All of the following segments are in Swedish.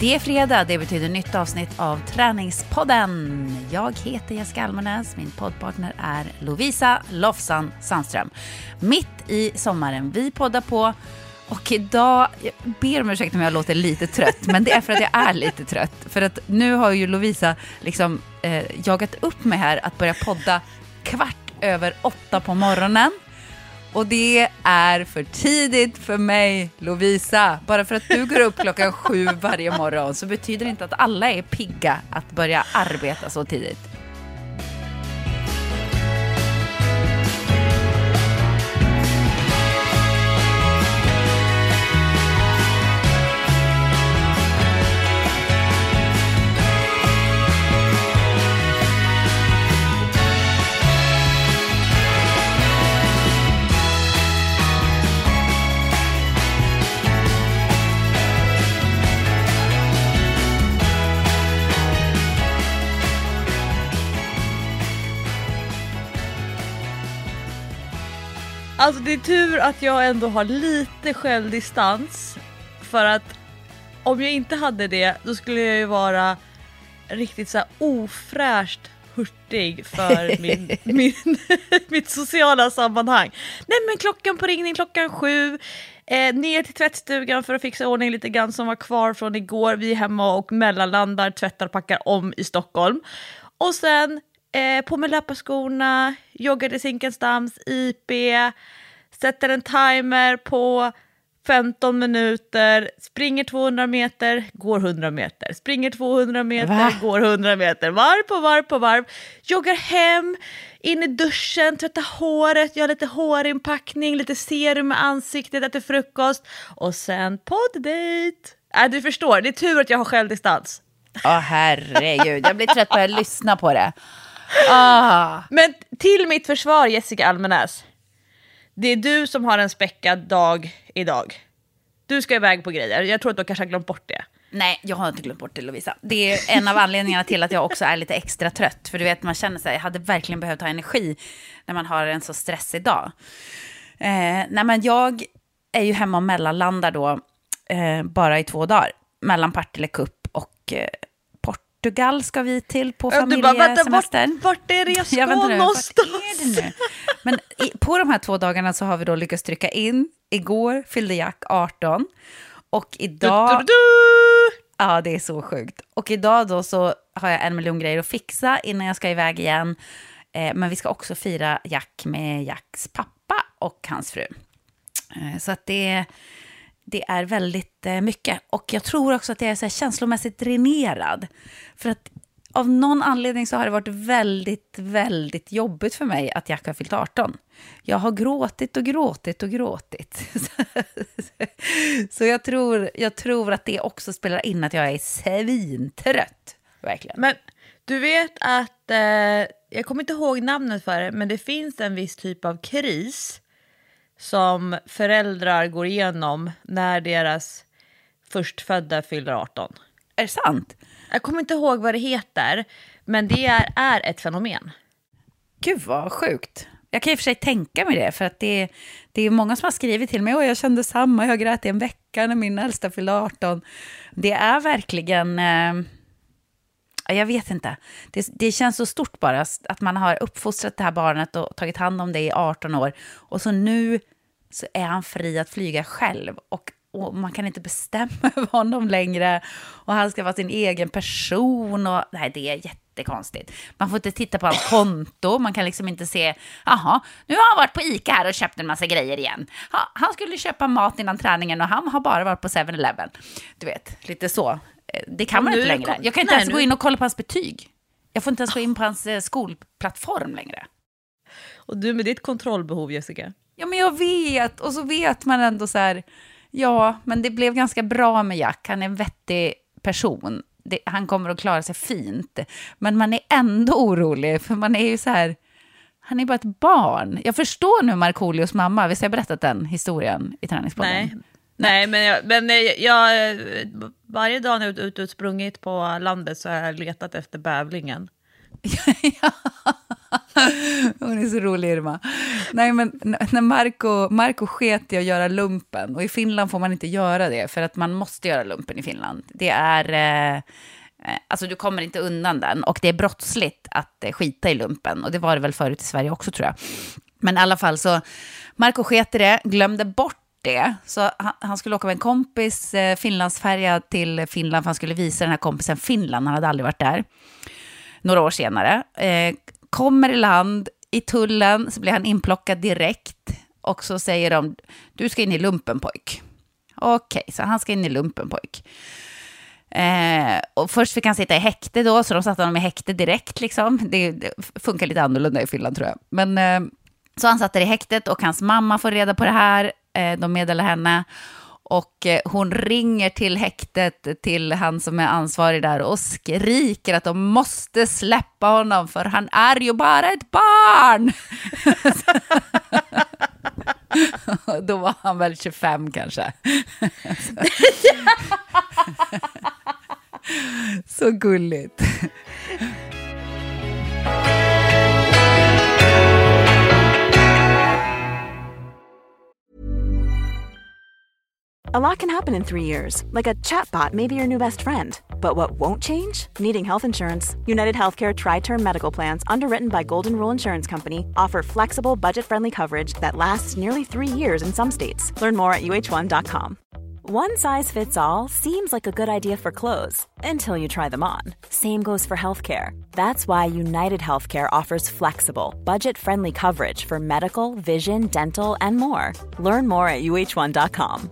Det är fredag, det betyder nytt avsnitt av Träningspodden. Jag heter Jessica Almenäs, min poddpartner är Lovisa Lofsan Sandström. Mitt i sommaren, vi poddar på och idag, jag ber om ursäkt om jag låter lite trött, men det är för att jag är lite trött. För att nu har ju Lovisa liksom jagat upp mig här att börja podda 7:15 på morgonen. Och det är för tidigt för mig, Lovisa. Bara för att du går upp 7 varje morgon så betyder det inte att alla är pigga att börja arbeta så tidigt. Alltså det är tur att jag ändå har lite självdistans, för att om jag inte hade det då skulle jag ju vara riktigt så här ofräscht hurtig för mitt sociala sammanhang. Nej, men klockan på ringning 7, ner till tvättstugan för att fixa ordning lite grann som var kvar från igår. Vi är hemma och mellanlandar, tvättar, packar om i Stockholm. Och sen på med löparskorna, joggar till Zinkensdamms IP, sätter en timer på 15 minuter, springer 200 meter, går 100 meter, springer 200 meter, går 100 meter, varv på varv, joggar hem, in i duschen, tvättar håret, gör lite hårinpackning, lite serum i ansiktet, äter frukost och sen podddate. Du förstår, det är tur att jag har självdistans. Herregud, jag blir trött på att lyssna på det. Men till mitt försvar, Jessica Almenäs, det är du som har en späckad dag idag. Du ska iväg på grejer. Jag tror att du kanske har glömt bort det. Nej, jag har inte glömt bort det, Lovisa. Det är en av anledningarna till att jag också är lite extra trött. För du vet, man känner sig, jag hade verkligen behövt ha energi när man har en så stressig dag. Nej, men jag är ju hemma och mellanlandar då bara i 2 dagar. Mellan Partille Cup och Portugal ska vi till på familjesemester. Vart är det jag ska någonstans? Men på de här 2 dagarna så har vi då lyckats trycka in. Igår fyllde Jack 18. Och idag... Ja, det är så sjukt. Och idag då så har jag 1 miljon grejer att fixa innan jag ska iväg igen. Men vi ska också fira Jack med Jacks pappa och hans fru. Så att det är väldigt mycket. Och jag tror också att jag är så här känslomässigt dränerad. För att av någon anledning så har det varit väldigt, väldigt jobbigt för mig att Jack har fyllt 18. Jag har gråtit. Så jag tror att det också spelar in att jag är svintrött. Verkligen. Men du vet att, jag kommer inte ihåg namnet för det, men det finns en viss typ av kris som föräldrar går igenom när deras förstfödda fyller 18. Är det sant? Jag kommer inte ihåg vad det heter, men det är ett fenomen. Gud vad sjukt. Jag kan i och för sig tänka mig det, för att det är många som har skrivit till mig och jag kände samma, jag grät i en vecka när min äldsta fyllde 18. Det är verkligen, jag vet inte, det känns så stort bara att man har uppfostrat det här barnet och tagit hand om det i 18 år och så nu så är han fri att flyga själv och man kan inte bestämma över honom längre och han ska vara sin egen person och nej, det är jättekonstigt. Man får inte titta på hans konto, man kan liksom inte se, jaha, nu har han varit på ICA här och köpt en massa grejer igen. Han skulle köpa mat innan träningen och han har bara varit på 7-Eleven. Du vet, lite så. Det kan man inte längre. Jag kan inte ens gå in och kolla på hans betyg. Jag får inte ens gå in på hans skolplattform längre. Och du med ditt kontrollbehov, Jessica? Ja, men jag vet. Och så vet man ändå så här, ja, men det blev ganska bra med Jack. Han är en vettig person. Han kommer att klara sig fint. Men man är ändå orolig, för man är ju så här, han är bara ett barn. Jag förstår nu Markoolios mamma, visst har jag berättat den historien i Träningspodden? Nej, men jag varje dag när jag är ute och sprungit på landet så har jag letat efter bävlingen. Hon är så rolig, Irma. Nej, men när Marco sket i att göra lumpen, och i Finland får man inte göra det för att man måste göra lumpen i Finland. Det är alltså du kommer inte undan den, och det är brottsligt att skita i lumpen, och det var det väl förut i Sverige också, tror jag. Men i alla fall så Marco sket i det, glömde bort det, så han skulle åka med en kompis Finlandsfärja till Finland, för han skulle visa den här kompisen Finland, han hade aldrig varit där. Några år senare kommer i land, i tullen så blir han inplockad direkt, och så säger de, du ska in i lumpen, pojk. Okej, så han ska in i lumpen, pojk. Och först fick han sitta i häkte då, så de satte honom i häkte direkt liksom. Det funkar lite annorlunda i Finland, tror jag. Men så han satt där i häktet, och hans mamma får reda på det här. De meddelar henne, och hon ringer till häktet, till han som är ansvarig där, och skriker att de måste släppa honom, för han är ju bara ett barn. Då var han väl 25 kanske. Så gulligt. A lot can happen in 3 years, like a chatbot may be your new best friend. But what won't change? Needing health insurance. United Healthcare Tri-Term Medical Plans, underwritten by Golden Rule Insurance Company, offer flexible, budget-friendly coverage that lasts nearly 3 years in some states. Learn more at uh1.com. One size fits all seems like a good idea for clothes until you try them on. Same goes for healthcare. That's why United Healthcare offers flexible, budget-friendly coverage for medical, vision, dental, and more. Learn more at uh1.com.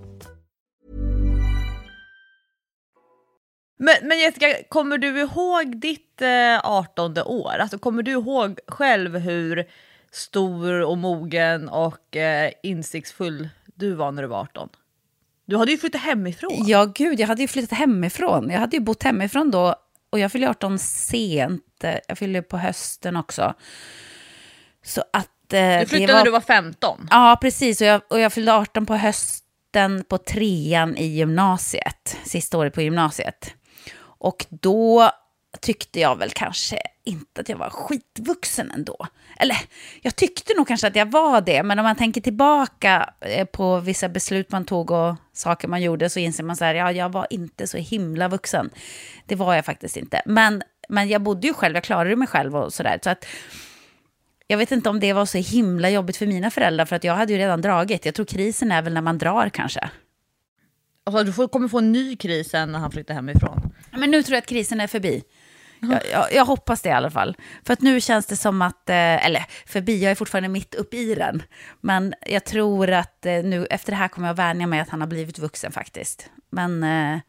Men Jessica, kommer du ihåg ditt 18:e år? Alltså kommer du ihåg själv hur stor och mogen och insiktsfull du var när du var 18? Du hade ju flyttat hemifrån. Ja, gud, jag hade ju flyttat hemifrån. Jag hade ju bott hemifrån då, och jag fyllde 18 sent. Jag fyllde på hösten också. Så att du flyttade när du var 15? Ja, precis. Och jag fyllde 18 på hösten på 3:an i gymnasiet. Sista året på gymnasiet. Och då tyckte jag väl kanske inte att jag var skitvuxen ändå. Eller, jag tyckte nog kanske att jag var det. Men om man tänker tillbaka på vissa beslut man tog och saker man gjorde, så inser man så här, ja, jag var inte så himla vuxen. Det var jag faktiskt inte. Men jag bodde ju själv, jag klarade mig själv och sådär. Så att jag vet inte om det var så himla jobbigt för mina föräldrar, för att jag hade ju redan dragit. Jag tror krisen är väl när man drar kanske. Alltså, du kommer få en ny kris sen när han flyttar hemifrån. Men nu tror jag att krisen är förbi. Jag hoppas det i alla fall. För att nu känns det som att, eller förbi, jag är fortfarande mitt upp i den. Men jag tror att nu efter det här kommer jag vänja mig att han har blivit vuxen faktiskt. Men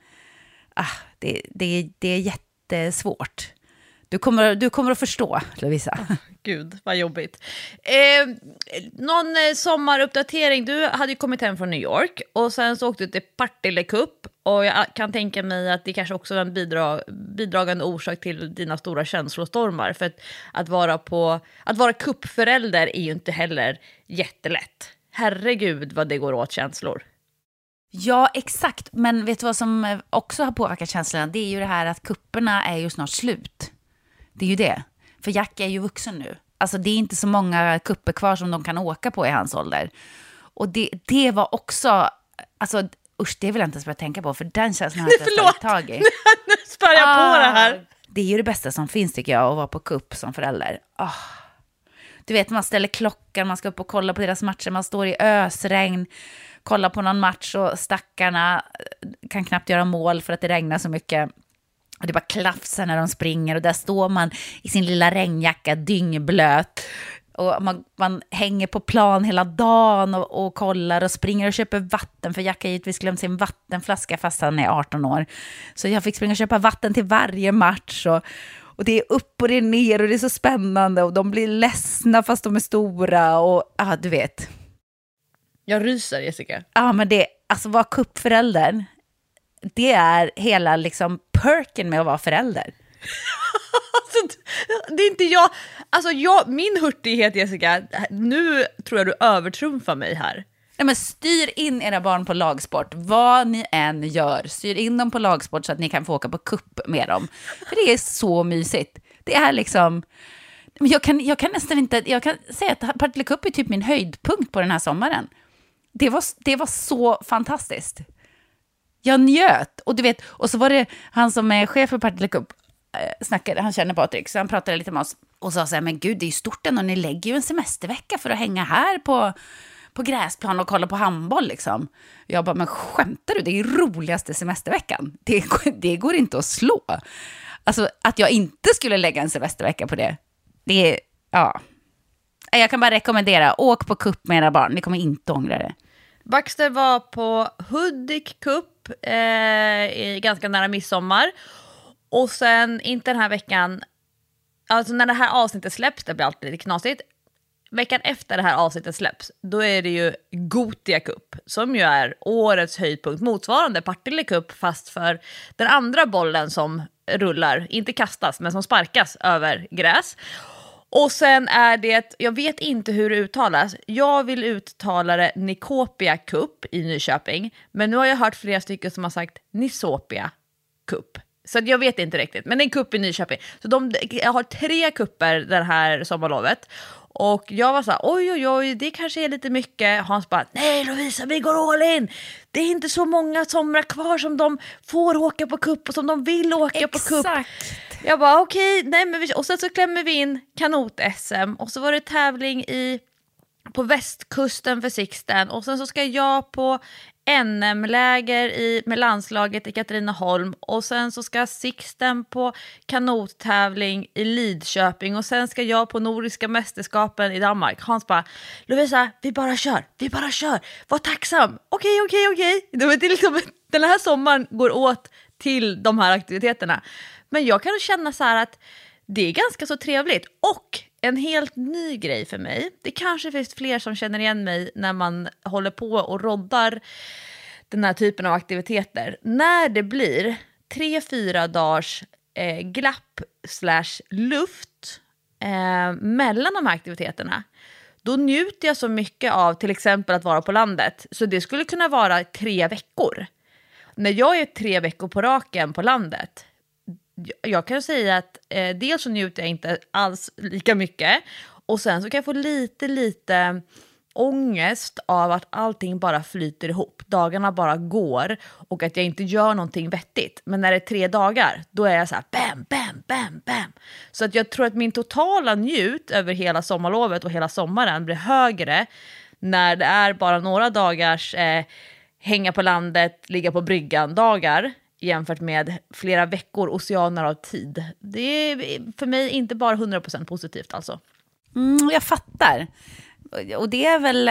det är jättesvårt. Du kommer att förstå, Lovisa. Gud, vad jobbigt. Någon sommaruppdatering. Du hade ju kommit hem från New York, och sen så åkte du till Partille Cup, och jag kan tänka mig att det kanske också är en bidragande orsak till dina stora känslostormar. För att vara kuppförälder är ju inte heller jättelätt. Herregud vad det går åt känslor. Ja, exakt. Men vet du vad som också har påverkat känslorna? Det är ju det här att kupperna är ju snart slut. Det är ju det. För Jack är ju vuxen nu. Alltså det är inte så många kupper kvar som de kan åka på i hans ålder. Och det var också, alltså usch, det vill jag inte ens börja tänka på, för den känslan har jag inte tag i. Nu spär jag på det här. Det är ju det bästa som finns, tycker jag, att vara på kupp som förälder. Du vet, man ställer klockan, man ska upp och kolla på deras matcher, man står i ösregn, kollar på någon match, och stackarna kan knappt göra mål för att det regnar så mycket. Och det bara klafsar när de springer, och där står man i sin lilla regnjacka dyngblöt. Och man hänger på plan hela dagen och kollar och springer och köper vatten. För Jack har givetvis glömt sin vattenflaska fast han är 18 år. Så jag fick springa och köpa vatten till varje match. Och det är upp och det är ner, och det är så spännande. Och de blir ledsna fast de är stora. Och du vet. Jag ryser, Jessica. Ja, men det, alltså vara kuppförälder, det är hela liksom perken med att vara förälder. Alltså, det är inte jag. Alltså min hurtighet, Jessica, nu tror jag du övertrumfar mig här. Nej, men styr in era barn på lagsport. Vad ni än gör, styr in dem på lagsport så att ni kan få åka på kupp med dem. För det är så mysigt. Det är liksom, Men jag kan nästan inte, jag kan säga att Partille Cup är typ min höjdpunkt på den här sommaren. Det var så fantastiskt. Jag njöt. Och du vet, och så var det han som är chef för Partille Cup, snackade, han känner Patrik, så han pratade lite med oss och sa så här, men gud, det är ju stort ändå, ni lägger ju en semestervecka för att hänga här på gräsplan och kolla på handboll liksom. Jag bara, men skämtar du? Det är ju roligaste semesterveckan. Det går inte att slå. Alltså, att jag inte skulle lägga en semestervecka på det är, ja. Jag kan bara rekommendera, åk på cup med era barn. Ni kommer inte ångra det. Baxter var på Hudik Cup i ganska nära midsommar. Och sen, inte den här veckan, alltså när det här avsnittet släpps, det blir alltid lite knasigt. Veckan efter det här avsnittet släpps, då är det ju Gothia Cup, som ju är årets höjdpunkt, motsvarande Partille Cup, fast för den andra bollen som rullar, inte kastas, men som sparkas över gräs. Och sen är det, jag vet inte hur det uttalas, jag vill uttala det Nikopia Cup i Nyköping, men nu har jag hört flera stycken som har sagt Nisopia Cup. Så jag vet inte riktigt, men det är en kupp i Nyköping. Så jag har 3 kupper det här sommarlovet. Och jag var så här, oj, det kanske är lite mycket. Hans bara, nej Lovisa, vi går all in. Det är inte så många somrar kvar som de får åka på kupp och som de vill åka på kupp. Jag bara, okej, nej men och sen så klämmer vi in kanot-SM. Och så var det tävling på västkusten för Sixten. Och sen så ska jag på NM-läger med landslaget i Katrineholm, och sen så ska Sixten på kanottävling i Lidköping, och sen ska jag på Nordiska mästerskapen i Danmark. Hans bara, Lovisa, vi bara kör, var tacksam. Okej. Det är liksom, den här sommaren går åt till de här aktiviteterna. Men jag kan känna så här att det är ganska så trevligt. Och en helt ny grej för mig, det kanske finns fler som känner igen mig när man håller på och roddar den här typen av aktiviteter. När det blir 3-4 dagars glapp / luft mellan de här aktiviteterna, då njuter jag så mycket av till exempel att vara på landet. Så det skulle kunna vara 3 veckor. När jag är 3 veckor på raken på landet, jag kan säga att dels så njuter jag inte alls lika mycket, och sen så kan jag få lite ångest av att allting bara flyter ihop. Dagarna bara går och att jag inte gör någonting vettigt. Men när det är 3 dagar, då är jag så här bam. Så att jag tror att min totala njut över hela sommarlovet och hela sommaren blir högre när det är bara några dagars hänga på landet, ligga på bryggan dagar, jämfört med flera veckor oceaner av tid. Det är för mig inte bara 100% positivt alltså. Jag fattar. Och det är väl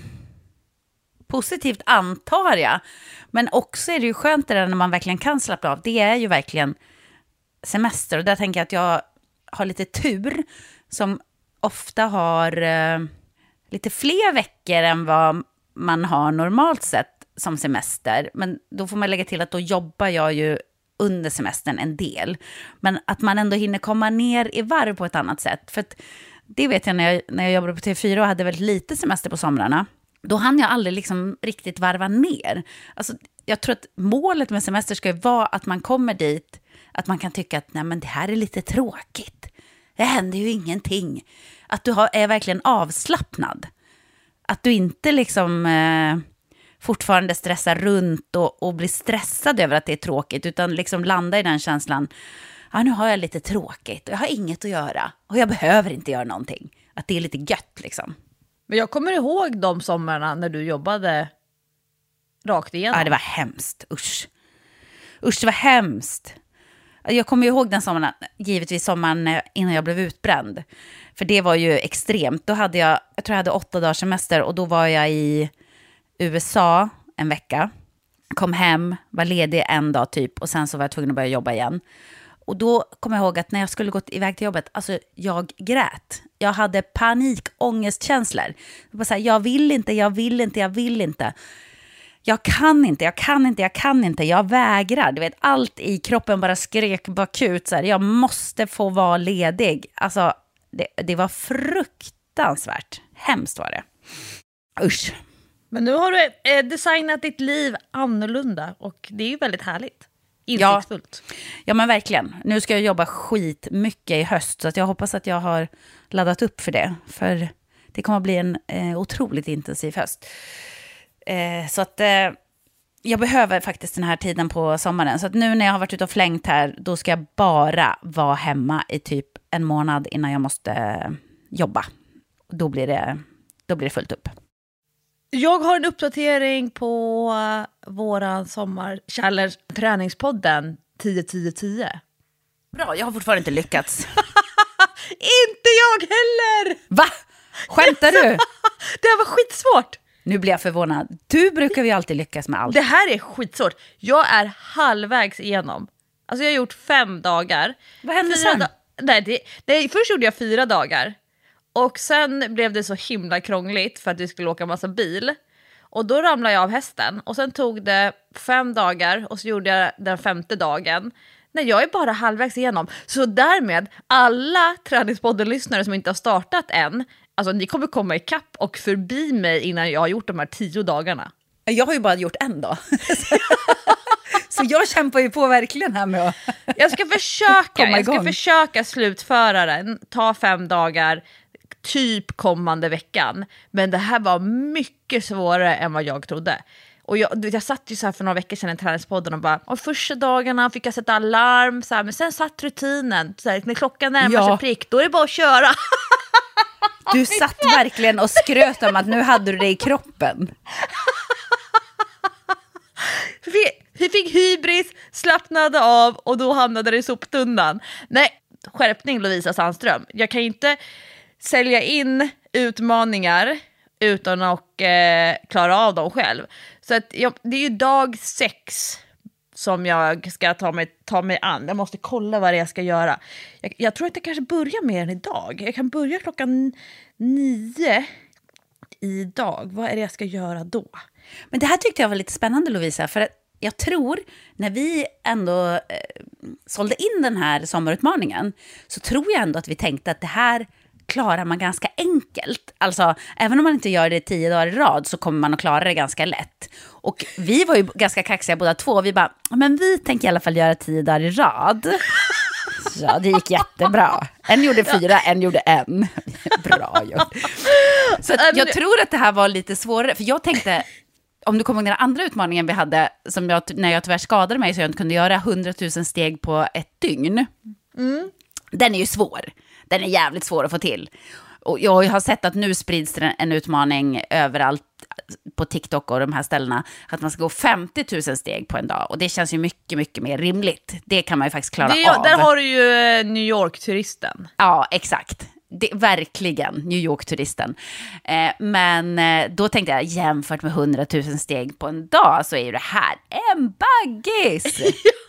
positivt, antar jag. Men också är det ju skönt när man verkligen kan slappna av. Det är ju verkligen semester. Och där tänker jag att jag har lite tur, som ofta har lite fler veckor än vad man har normalt sett som semester. Men då får man lägga till att då jobbar jag ju under semestern en del. Men att man ändå hinner komma ner i varv på ett annat sätt. För att det vet jag när jag jobbade på TV4 och hade väldigt lite semester på somrarna. Då hann jag aldrig liksom riktigt varva ner. Alltså, jag tror att målet med semester ska ju vara att man kommer dit, att man kan tycka att nej, men det här är lite tråkigt. Det händer ju ingenting. Att du är verkligen avslappnad. Att du inte liksom fortfarande stressar runt och blir stressad över att det är tråkigt, utan liksom landa i den känslan. Ja, nu har jag lite tråkigt och jag har inget att göra och jag behöver inte göra någonting. Att det är lite gött liksom. Men jag kommer ihåg de sommarna när du jobbade rakt igenom. Ja, det var hemskt. Usch, det var hemskt. Jag kommer ihåg den sommaren, givetvis sommaren innan jag blev utbränd. För det var ju extremt. Då hade jag tror jag hade 8 dagars semester, och då var jag i USA en vecka. Kom hem, var ledig en dag typ, och sen så var jag tvungen att börja jobba igen. Och då kom jag ihåg att när jag skulle gå iväg till jobbet, alltså jag grät. Jag hade panikångestkänslor. Jag bara så här, jag vill inte. Jag kan inte. Jag vägrar. Du vet, allt i kroppen bara skrek bakut så här, jag måste få vara ledig. Alltså det var fruktansvärt. Hemskt var det. Usch. Men nu har du designat ditt liv annorlunda, och det är ju väldigt härligt. insiktsfullt. Ja, men verkligen. Nu ska jag jobba skitmycket i höst, så att jag hoppas att jag har laddat upp för det. För det kommer att bli en otroligt intensiv höst. Så att jag behöver faktiskt den här tiden på sommaren. Så att nu när jag har varit ute och flängt här, då ska jag bara vara hemma i typ en månad innan jag måste jobba. Då blir det fullt upp. Jag har en uppdatering på våran sommarchallenge träningspodden 10-10-10. Bra, jag har fortfarande inte lyckats. Inte jag heller! Va? Skämtar du? Det här var skitsvårt. Nu blir jag förvånad. Du brukar ju alltid lyckas med allt. Det här är skitsvårt. Jag är halvvägs igenom. Alltså jag har gjort 5 dagar. Vad hände sen? Nej, först gjorde jag 4 dagar. Och sen blev det så himla krångligt för att vi skulle åka massa bil. Och då ramlade jag av hästen. Och sen tog det 5 dagar och så gjorde jag den 5:e dagen. Nej, jag är bara halvvägs igenom. Så därmed, alla träningspodden-lyssnare som inte har startat än, alltså ni kommer komma ikapp och förbi mig innan jag har gjort de här 10 dagarna. Jag har ju bara gjort en dag. Så jag kämpar ju på verkligen här med att Jag ska försöka slutföra den. Ta 5 dagar, typ kommande veckan. Men det här var mycket svårare än vad jag trodde. Och jag satt ju så här för några veckor sedan i träningspodden och bara, och första dagarna fick jag sätta alarm så här, men sen satt rutinen så här, när klockan närmar sig prick, då är det bara att köra. Du satt verkligen och skröt om att nu hade du det i kroppen. Vi fick hybris, slappnade av och då hamnade det i soptunnan. Nej, skärpning Lovisa Sandström. Jag kan inte sälja in utmaningar utan att klara av dem själv. Så att det är ju dag 6 som jag ska ta mig an. Jag måste kolla vad det är jag ska göra. Jag tror att jag kanske börjar med den idag. Jag kan börja klockan 9 idag. Vad är det jag ska göra då? Men det här tyckte jag var lite spännande, Lovisa, för att jag tror när vi ändå sålde in den här sommarutmaningen så tror jag ändå att vi tänkte att det här klarar man ganska enkelt. Alltså, även om man inte gör det 10 dagar i rad så kommer man att klara det ganska lätt. Och vi var ju ganska kaxiga båda två. Vi bara, men vi tänker i alla fall göra 10 dagar i rad. Ja, det gick jättebra. En gjorde 4, en gjorde 1. Bra gjort. Så jag tror att det här var lite svårare. För jag tänkte, om du kommer ihåg den andra utmaningen vi hade, som när jag tyvärr skadade mig så jag inte kunde göra 100 000 steg på ett dygn. Mm. Den är ju svår. Den är jävligt svår att få till. Och jag har sett att nu sprids det en utmaning överallt på TikTok och de här ställena. Att man ska gå 50 000 steg på en dag. Och det känns ju mycket, mycket mer rimligt. Det kan man ju faktiskt klara av. Där har du ju New York-turisten. Ja, exakt. Verkligen, New York-turisten. Men då tänkte jag, jämfört med 100 000 steg på en dag så är ju det här en baggis.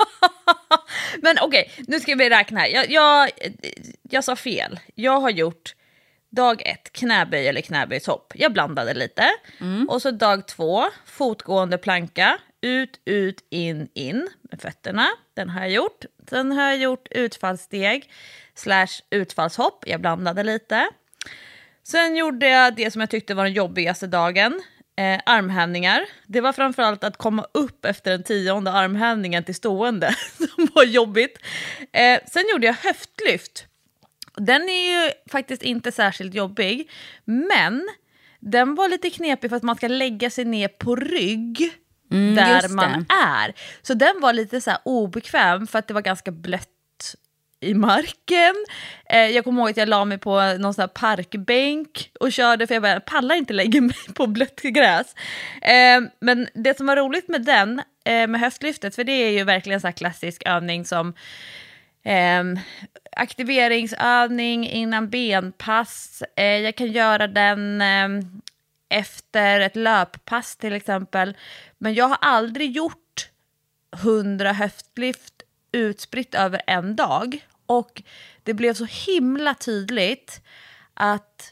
Men okej, nu ska vi räkna här. Jag sa fel. Jag har gjort dag 1, knäböj eller knäböjshopp. Jag blandade lite. Och så dag 2, fotgående planka. Ut, in med fötterna. Den har jag gjort. Sen har jag gjort utfallssteg / utfallshopp. Jag blandade lite. Sen gjorde jag det som jag tyckte var den jobbigaste dagen. Armhävningar. Det var framförallt att komma upp efter den 10:e armhävningen till stående som var jobbigt. Sen gjorde jag höftlyft. Den är ju faktiskt inte särskilt jobbig, men den var lite knepig för att man ska lägga sig ner på rygg där man är. Så den var lite så här obekväm för att det var ganska blött i marken. Jag kommer ihåg att jag la mig på någon sån här parkbänk och körde, för jag bara, pallar inte lägga mig på blött gräs. Men det som var roligt med den, med höftlyftet, för det är ju verkligen en sån här klassisk övning som aktiveringsövning innan benpass. Jag kan göra den efter ett löppass till exempel. Men jag har aldrig gjort 100 höftlyft utspritt över en dag. Och det blev så himla tydligt att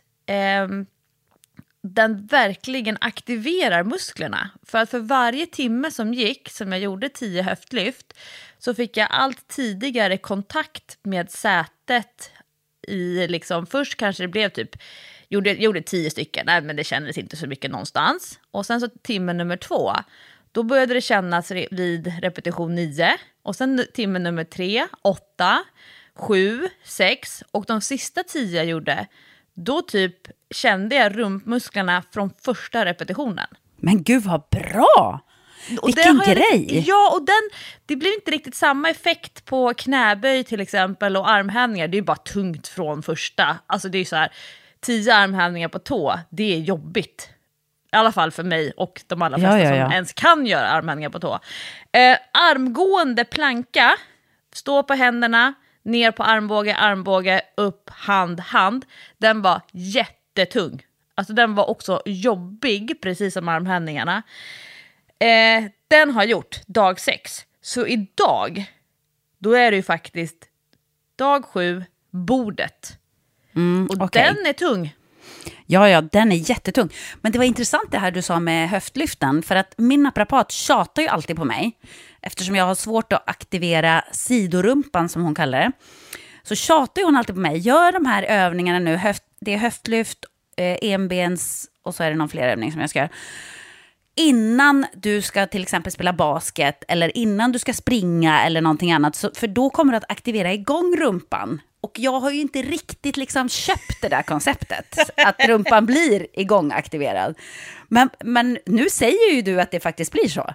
den verkligen aktiverar musklerna. För att för varje timme som gick, som jag gjorde 10 höftlyft, så fick jag allt tidigare kontakt med sätet i liksom, först kanske det blev typ, gjorde 10 stycken, nej men det kändes inte så mycket någonstans. Och sen så timmen nummer 2, Då började det kännas vid repetition 9 och sen timme nummer 3, 8, 7, 6 och de sista 10 jag gjorde, då typ kände jag rumpmusklerna från första repetitionen. Men gud vad bra! Och vilken grej! Ja, och det blir inte riktigt samma effekt på knäböj till exempel och armhävningar. Det är ju bara tungt från första. Alltså det är så här, 10 armhävningar på tå, det är jobbigt. I alla fall för mig och de allra flesta som ens kan göra armhävningar på tå. Armgående planka, stå på händerna, ner på armbåge, upp, hand. Den var jättetung. Alltså den var också jobbig, precis som armhävningarna. Den har gjort dag 6. Så idag, då är det ju faktiskt dag 7, bordet. Och den är tung. Ja, den är jättetung. Men det var intressant det här du sa med höftlyften. För att min naprapat tjatar ju alltid på mig. Eftersom jag har svårt att aktivera sidorumpan som hon kallar det. Så tjatar hon alltid på mig. Gör de här övningarna nu. Det är höftlyft, enbens och så är det någon fler övning som jag ska göra. Innan du ska till exempel spela basket eller innan du ska springa eller någonting annat. För då kommer du att aktivera igång rumpan. Och jag har ju inte riktigt liksom köpt det där konceptet. Att rumpan blir igångaktiverad. Men nu säger ju du att det faktiskt blir så.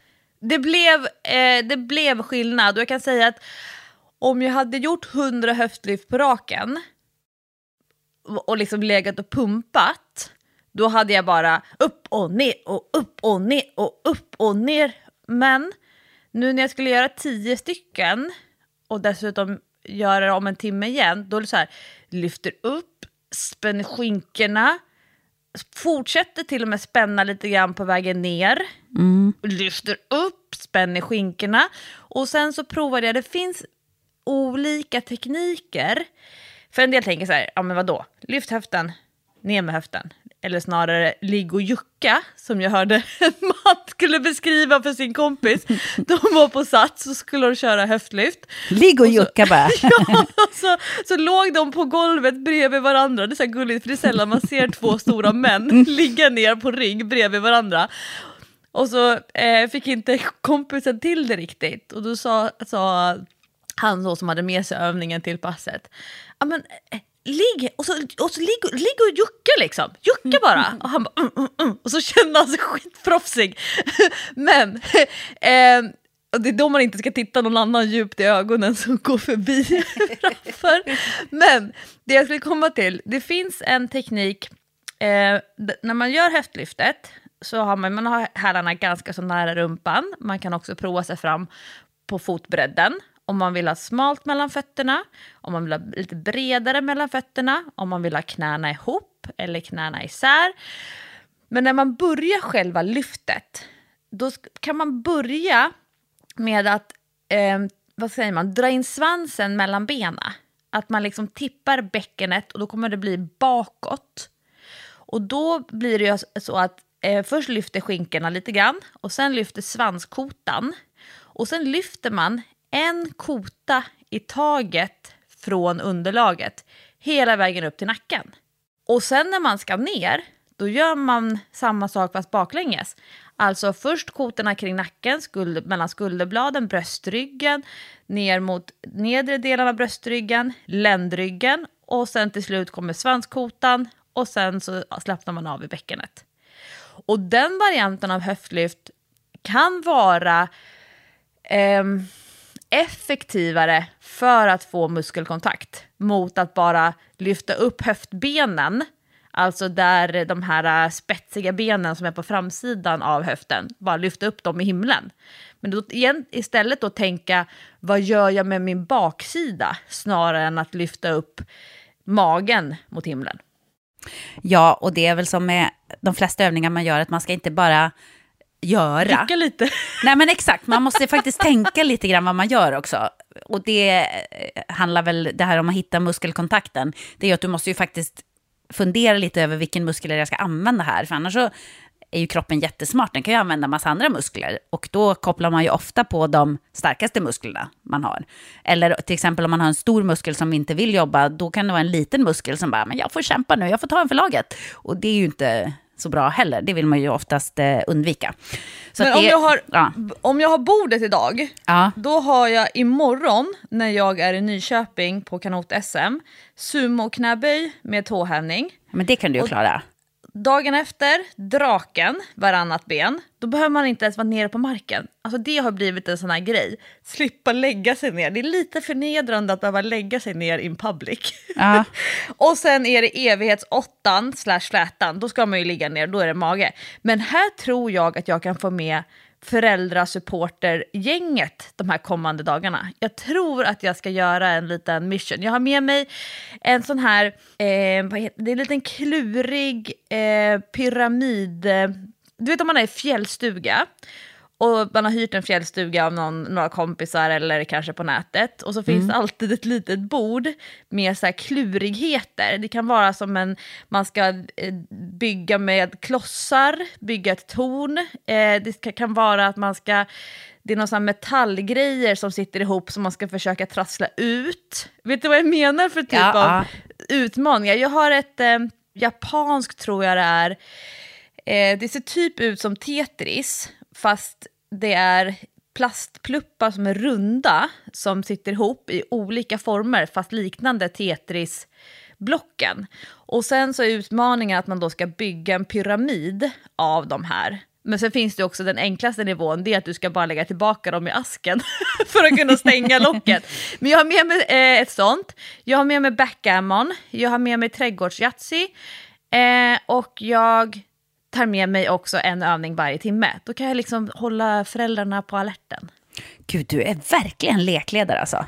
Det blev skillnad. Och jag kan säga att om jag hade gjort 100 höftlyft på raken och liksom legat och pumpat, då hade jag bara upp och ner och upp och ner och upp och ner. Men nu när jag skulle göra 10 stycken och dessutom göra det om en timme igen, då är det så här, lyfter upp, spänner skinkorna, fortsätter till och med spänna lite grann på vägen ner, lyfter upp, spänner skinkorna och sen så provade jag, det finns olika tekniker. För en del tänker så här, ja men vadå, lyft höften, ner med höften. Eller snarare ligg och jucka, som jag hörde en man skulle beskriva för sin kompis. De var på Sats och skulle de köra höftlyft. Ligg och jucka bara. Ja, så låg de på golvet bredvid varandra. Det är så gulligt, för det är sällan man ser 2 stora män ligga ner på rygg bredvid varandra. Och så fick inte kompisen till det riktigt. Och då sa han så som hade med sig övningen till passet. Ja men... ligg och jucka liksom. Jucka bara. Och han bara och så kände han sig skitproffsig. Men och det är då man inte ska titta någon annan djupt i ögonen som går förbi framför. Men det jag skulle komma till, det finns en teknik när man gör höftlyftet så har man har hälarna ganska så nära rumpan. Man kan också prova sig fram på fotbredden. Om man vill ha smalt mellan fötterna, om man vill ha lite bredare mellan fötterna, om man vill ha knäna ihop eller knäna isär. Men när man börjar själva lyftet, då kan man börja med att dra in svansen mellan benen. Att man liksom tippar bäckenet och då kommer det bli bakåt. Och då blir det ju så att först lyfter skinkorna lite grann och sen lyfter svanskotan. Och sen lyfter man en kota i taget från underlaget hela vägen upp till nacken. Och sen när man ska ner, då gör man samma sak fast baklänges. Alltså först kotorna kring nacken, mellan skulderbladen, bröstryggen, ner mot nedre delen av bröstryggen, ländryggen och sen till slut kommer svanskotan och sen så slappnar man av i bäckenet. Och den varianten av höftlyft kan vara effektivare för att få muskelkontakt mot att bara lyfta upp höftbenen, alltså där de här spetsiga benen som är på framsidan av höften, bara lyfta upp dem i himlen. Men då istället då tänka, vad gör jag med min baksida snarare än att lyfta upp magen mot himlen. Ja, och det är väl som med de flesta övningar man gör, att man ska inte bara göra. Rycka lite. Nej men exakt, man måste faktiskt tänka lite grann vad man gör också. Och det handlar väl, det här om att hitta muskelkontakten, det är ju att du måste ju faktiskt fundera lite över vilken muskel jag ska använda här. För annars så är ju kroppen jättesmart, den kan ju använda massa andra muskler. Och då kopplar man ju ofta på de starkaste musklerna man har. Eller till exempel om man har en stor muskel som inte vill jobba, då kan det vara en liten muskel som bara, men jag får kämpa nu, jag får ta en för laget. Och det är ju inte så bra heller. Det vill man ju oftast undvika. Så men att om jag har bordet idag, då har jag imorgon när jag är i Nyköping på kanot-SM sumo-knäböj med tåhävning. Men det kan du ju klara. Dagen efter, draken, varannat ben. Då behöver man inte ens vara nere på marken. Alltså det har blivit en sån här grej. Slippa lägga sig ner. Det är lite förnedrande att behöva lägga sig ner in public. Ja. Och sen är det evighetsåttan /flätan. Då ska man ju ligga ner, då är det mage. Men här tror jag att jag kan få med föräldrasupportergänget de här kommande dagarna. Jag tror att jag ska göra en liten mission. Jag har med mig en sån här, det är en liten klurig pyramid. Du vet om man är i fjällstuga och man har hyrt en fjällstuga av några kompisar eller kanske på nätet. Och så finns det alltid ett litet bord med så här klurigheter. Det kan vara som man ska bygga med klossar, bygga ett torn. Det kan vara att det är någon sån här metallgrejer som sitter ihop som man ska försöka trassla ut. Vet du vad jag menar för typ av utmaningar? Jag har ett japanskt, tror jag det är. Det ser typ ut som Tetris, fast det är plastpluppar som är runda som sitter ihop i olika former, fast liknande Tetris-blocken. Och sen så är utmaningen att man då ska bygga en pyramid av de här. Men sen finns det också den enklaste nivån, det är att du ska bara lägga tillbaka dem i asken för att kunna stänga locket. Men jag har med mig ett sånt. Jag har med mig backgammon, jag har med mig trädgårdsjatsi och jag tar med mig också en övning varje timme. Då kan jag liksom hålla föräldrarna på alerten. Gud, du är verkligen lekledare alltså.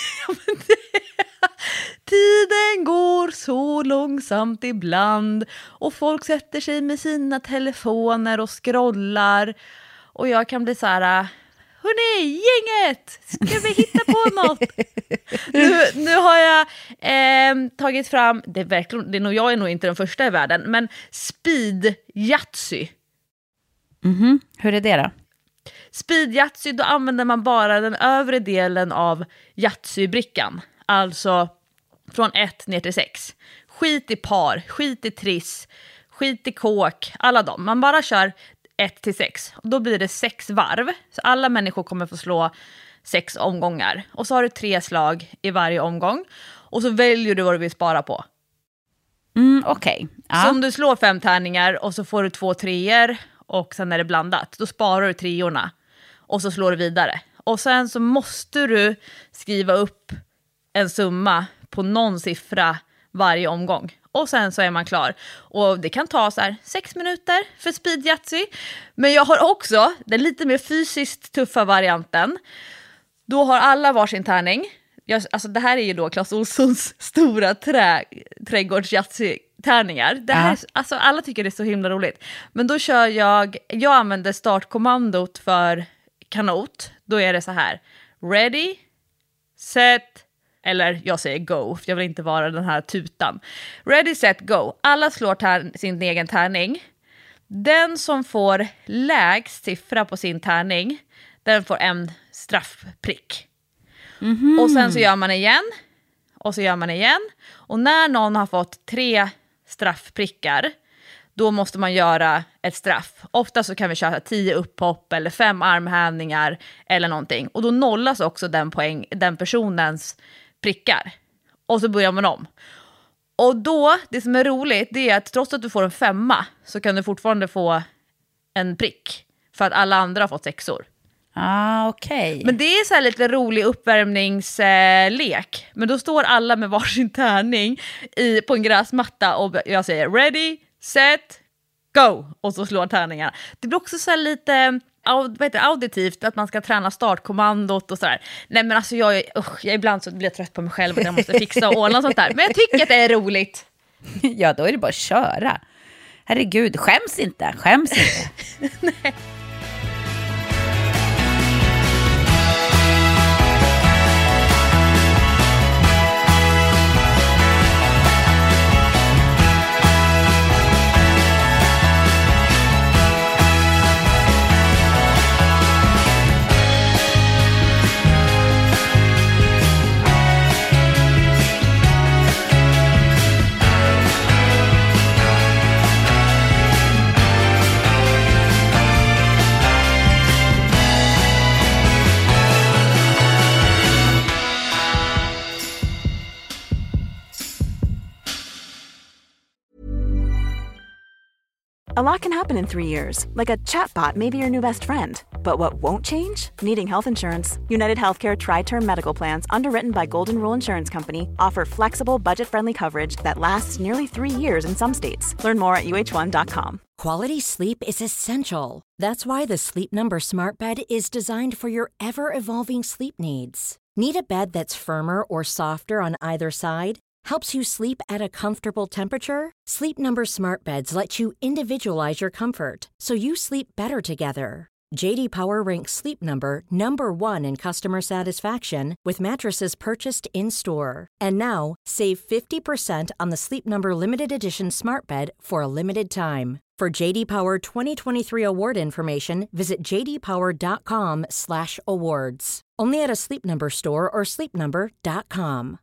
Tiden går så långsamt ibland och folk sätter sig med sina telefoner och scrollar. Och jag kan bli så här: hörrni, gänget! Ska vi hitta på något? Nu har jag tagit fram, jag är nog inte den första i världen, men speed Yatzy. Hur är det då? Speed Yatzy, då använder man bara den övre delen av Yatzy-brickan. Alltså från 1 ner till 6. Skit i par, skit i triss, skit i kåk, alla dem. Man bara kör 1 till 6. Då blir det 6 varv. Så alla människor kommer få slå 6 omgångar. Och så har du 3 slag i varje omgång. Och så väljer du vad du vill spara på. Okej. Så om du slår 5 tärningar och så får du 2 treor och sen är det blandat. Då sparar du treorna. Och så slår du vidare. Och sen så måste du skriva upp en summa på någon siffra varje omgång. Och sen så är man klar. Och det kan ta så här 6 minuter för speed Yatzy. Men jag har också den lite mer fysiskt tuffa varianten. Då har alla varsin tärning. Alltså det här är ju då Clas Ohlsons stora trädgårds-Yatzy-tärningar. Det här, alltså alla tycker det är så himla roligt. Men då kör jag använder startkommandot för kanot. Då är det så här: ready, set, eller jag säger go, för jag vill inte vara den här tutan. Ready, set, go. Alla slår sin egen tärning. Den som får lägst siffra på sin tärning, den får en straffprick. Och sen så gör man igen. Och så gör man igen. Och när någon har fått 3 straffprickar, då måste man göra ett straff. Ofta så kan vi köra 10 upphopp eller 5 armhävningar eller någonting. Och då nollas också den personens prickar. Och så börjar man om. Och då, det som är roligt, det är att trots att du får en 5 så kan du fortfarande få en prick. För att alla andra har fått 6. Okej. Men det är så här lite rolig uppvärmningslek. Men då står alla med varsin tärning på en gräsmatta och jag säger ready, set, go. Och så slår tärningarna. Det blir också så här lite auditivt att man ska träna startkommandot och sådär. Nej men alltså ibland så blir jag trött på mig själv och jag måste fixa och ordna sånt där. Men jag tycker att det är roligt. Ja, då är det bara att köra. Herregud, skäms inte. Nej. A lot can happen in 3 years, like a chatbot may be your new best friend. But what won't change? Needing health insurance. United Healthcare Tri-Term Medical Plans, underwritten by Golden Rule Insurance Company, offer flexible, budget-friendly coverage that lasts nearly 3 years in some states. Learn more at uh1.com. Quality sleep is essential. That's why the Sleep Number Smart Bed is designed for your ever-evolving sleep needs. Need a bed that's firmer or softer on either side? Helps you sleep at a comfortable temperature? Sleep Number Smart Beds let you individualize your comfort, so you sleep better together. JD Power ranks Sleep Number number 1 in customer satisfaction with mattresses purchased in-store. And now, save 50% on the Sleep Number Limited Edition Smart Bed for a limited time. For JD Power 2023 award information, visit jdpower.com/awards. Only at a Sleep Number store or sleepnumber.com.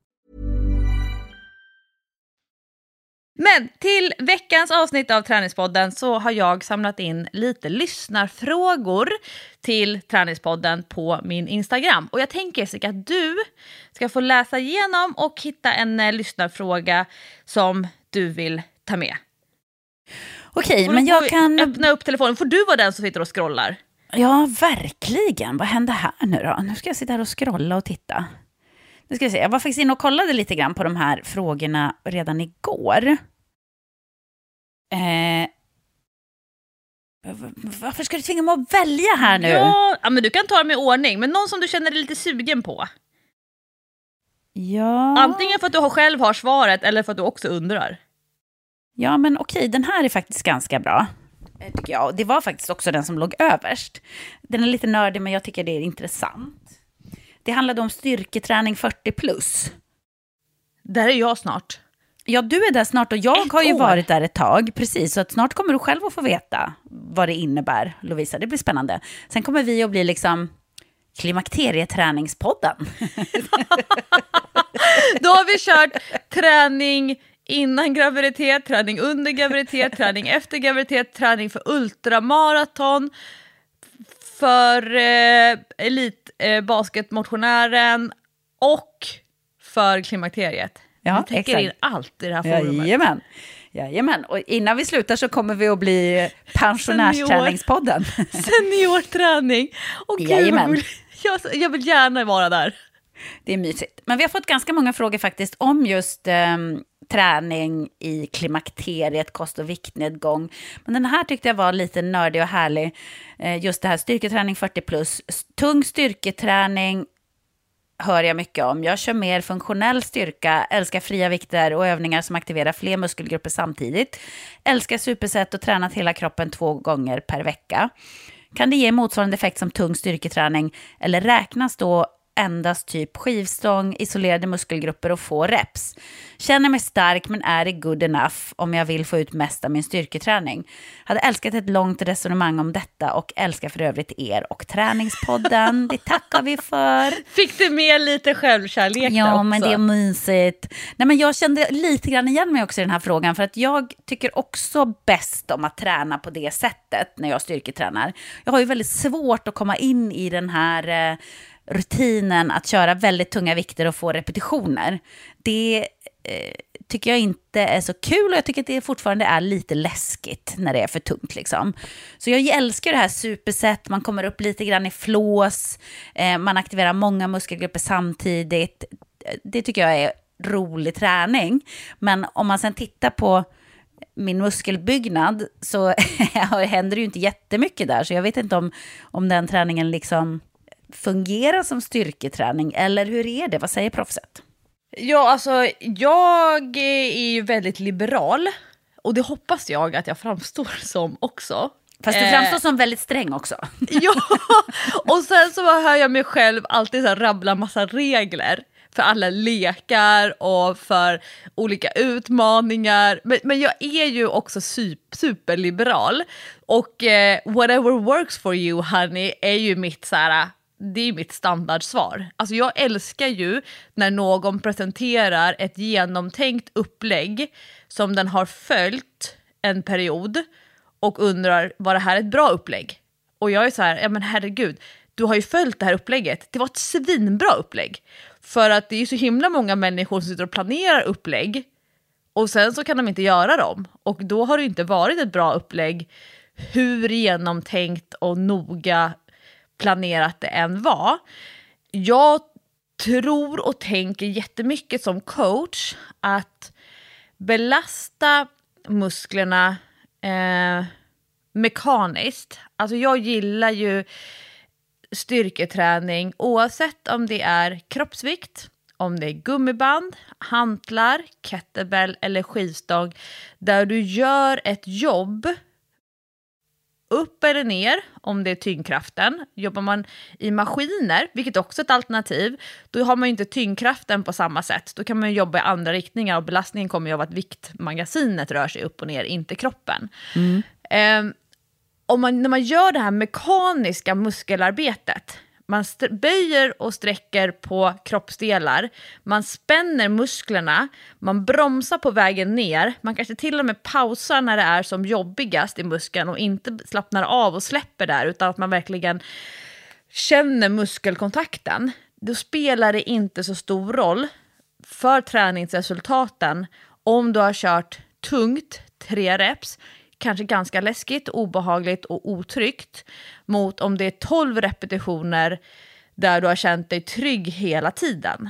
Men till veckans avsnitt av Träningspodden så har jag samlat in lite lyssnarfrågor till Träningspodden på min Instagram. Och jag tänker Jessica att du ska få läsa igenom och hitta en lyssnarfråga som du vill ta med. Okej, men jag kan... Öppna upp telefonen. Får du vara den som sitter och scrollar? Ja, verkligen. Vad händer här nu då? Nu ska jag sitta här och scrolla och titta. Nu ska jag se. Jag var faktiskt inne och kollade lite grann på de här frågorna redan igår. Varför ska du tvinga mig att välja här nu? Ja, men du kan ta dem i ordning. Men någon som du känner dig lite sugen på. Ja. Antingen för att du själv har svaret eller för att du också undrar. Ja, men okej, den här är faktiskt ganska bra, tycker jag. Det var faktiskt också den som låg överst. Den är lite nördig, men jag tycker det är intressant. Det handlade om styrketräning 40+. Där är jag snart. Ja, du är där snart och jag har ju varit där ett tag. Precis, så att snart kommer du själv att få veta vad det innebär, Lovisa. Det blir spännande. Sen kommer vi att bli liksom klimakterieträningspodden. Då har vi kört träning innan graviditet, träning under graviditet, träning efter graviditet, träning för ultramaraton, för elitbasketmotionären och för klimakteriet. Ja, vi täcker in allt i det här forumet. Jajamän. Och innan vi slutar så kommer vi att bli pensionärsträningspodden. Seniorträning. Jajamän. Jag vill gärna vara där. Det är mysigt. Men vi har fått ganska många frågor faktiskt om just träning i klimakteriet, kost- och viktnedgång. Men den här tyckte jag var lite nördig och härlig. Just det här styrketräning 40+. Tung styrketräning hör jag mycket om. Jag kör mer funktionell styrka, älskar fria vikter och övningar som aktiverar fler muskelgrupper samtidigt. Älskar superset och tränat hela kroppen 2 gånger per vecka. Kan det ge motsvarande effekt som tung styrketräning eller räknas då endast typ skivstång, isolerade muskelgrupper och få reps? Känner mig stark men är det good enough om jag vill få ut mest av min styrketräning? Hade älskat ett långt resonemang om detta och älskar för övrigt er och träningspodden. Det tackar vi för. Fick du med lite självkärlek där också? Ja, men det är mysigt. Nej, men jag kände lite grann igen mig också i den här frågan för att jag tycker också bäst om att träna på det sättet när jag styrketränar. Jag har ju väldigt svårt att komma in i den här rutinen att köra väldigt tunga vikter och få repetitioner. Det tycker jag inte är så kul och jag tycker att det fortfarande är lite läskigt när det är för tungt liksom. Så jag älskar det här superset, man kommer upp lite grann i flås, man aktiverar många muskelgrupper samtidigt. Det tycker jag är rolig träning. Men om man sen tittar på min muskelbyggnad så händer det ju inte jättemycket där. Så jag vet inte om den träningen liksom fungerar som styrketräning eller hur är det? Vad säger proffset? Ja, alltså jag är ju väldigt liberal och det hoppas jag att jag framstår som också. Fast du framstår som väldigt sträng också. Ja, och sen så hör jag mig själv alltid så här rabbla massa regler för alla lekar och för olika utmaningar. Men jag är ju också superliberal och whatever works for you honey är ju mitt så här. Det är mitt standardsvar. Alltså jag älskar ju när någon presenterar ett genomtänkt upplägg som den har följt en period och undrar, var det här ett bra upplägg? Och jag är så här, ja men herregud, du har ju följt det här upplägget. Det var ett svinbra upplägg. För att det är så himla många människor som sitter och planerar upplägg Och sen så kan de inte göra dem. Och då har det inte varit ett bra upplägg hur genomtänkt och noga planerat det än var. Jag tror och tänker jättemycket som coach att belasta musklerna mekaniskt. Alltså jag gillar ju styrketräning oavsett om det är kroppsvikt, om det är gummiband, hantlar, kettlebell eller skivstång, där du gör ett jobb upp eller ner om det är tyngdkraften. Jobbar man i maskiner, vilket också är ett alternativ, då har man ju inte tyngdkraften på samma sätt. Då kan man jobba i andra riktningar och belastningen kommer ju av att viktmagasinet rör sig upp och ner, inte kroppen. När man gör det här mekaniska muskelarbetet, man böjer och sträcker på kroppsdelar, man spänner musklerna, man bromsar på vägen ner, man kanske till och med pausar när det är som jobbigast i muskeln och inte slappnar av och släpper där, utan att man verkligen känner muskelkontakten. Då spelar det inte så stor roll för träningsresultaten om du har kört tungt 3 reps, kanske ganska läskigt, obehagligt och otryggt, mot om det är 12 repetitioner där du har känt dig trygg hela tiden.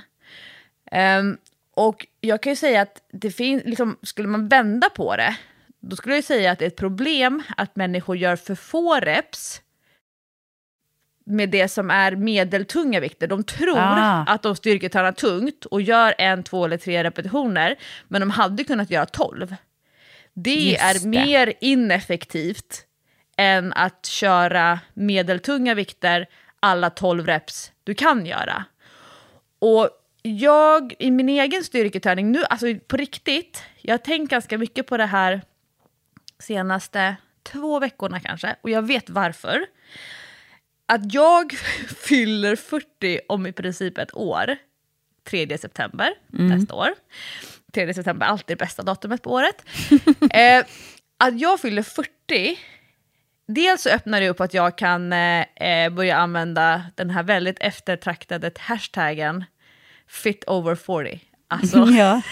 Och jag kan ju säga att det finns, liksom, skulle man vända på det, då skulle jag säga att det är ett problem att människor gör för få reps med det som är medeltunga vikter. De tror att de styrketränar tungt och gör 1, 2 eller 3 repetitioner, men de hade kunnat göra 12. Det är mer ineffektivt än att köra medeltunga vikter alla 12 reps du kan göra. Och jag i min egen styrketräning nu, alltså på riktigt, jag har tänkt ganska mycket på det här senaste 2 veckorna kanske, och jag vet varför. Att jag fyller 40 om i princip ett år, 3 september nästa år. 3 september, alltid det bästa datumet på året. Att jag fyller 40, dels så öppnar det upp att jag kan börja använda den här väldigt eftertraktade hashtaggen fit over 40. Alltså, Ja.